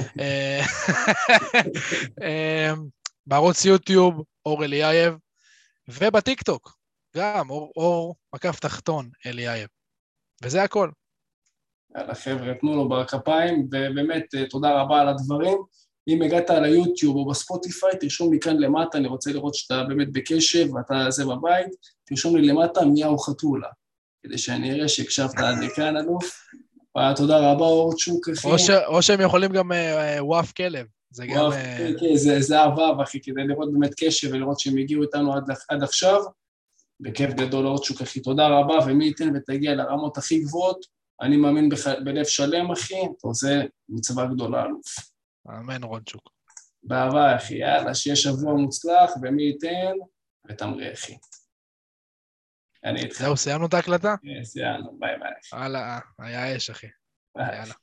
בערוץ יוטיוב, אור אלייב, ובטיקטוק, גם אור מקף תחתון אלייב. וזה הכל. יאללה חבר'ה, תנו לו בכפיים, ובאמת תודה רבה על הדברים. אם הגעת ליוטיוב או בספוטיפיי, תרשום לי כאן למטה, אני רוצה לראות שאתה באמת בקשב, ואתה זה בבית, תרשום לי למטה מיהו חתולה, כדי שאני אראה שהקשבת עד לכאן, אלוף. תודה רבה, אורצ'וק, אחי. או שהם יכולים גם וואף כלב. זה גם... זה אהבה, אחי, כדי לראות באמת קשב ולראות שהם הגיעו איתנו עד עכשיו. בכיף גדול, אורצ'וק, אחי, תודה רבה, ומי ייתן ותגיע לרמות הכי גבוהות, אני מאמין בלב שלם, אחי, זה מצווה גדולה, אלוף. אמן, רונצ'וק. באהבה, אחי, יאללה, שיהיה שבוע מוצלח, ומי ייתן ותמריא, אחי. אני איתך. זהו, סיימנו את ההקלטה? סיימנו, ביי ביי. הלאה, היה אש, אחי. יאללה.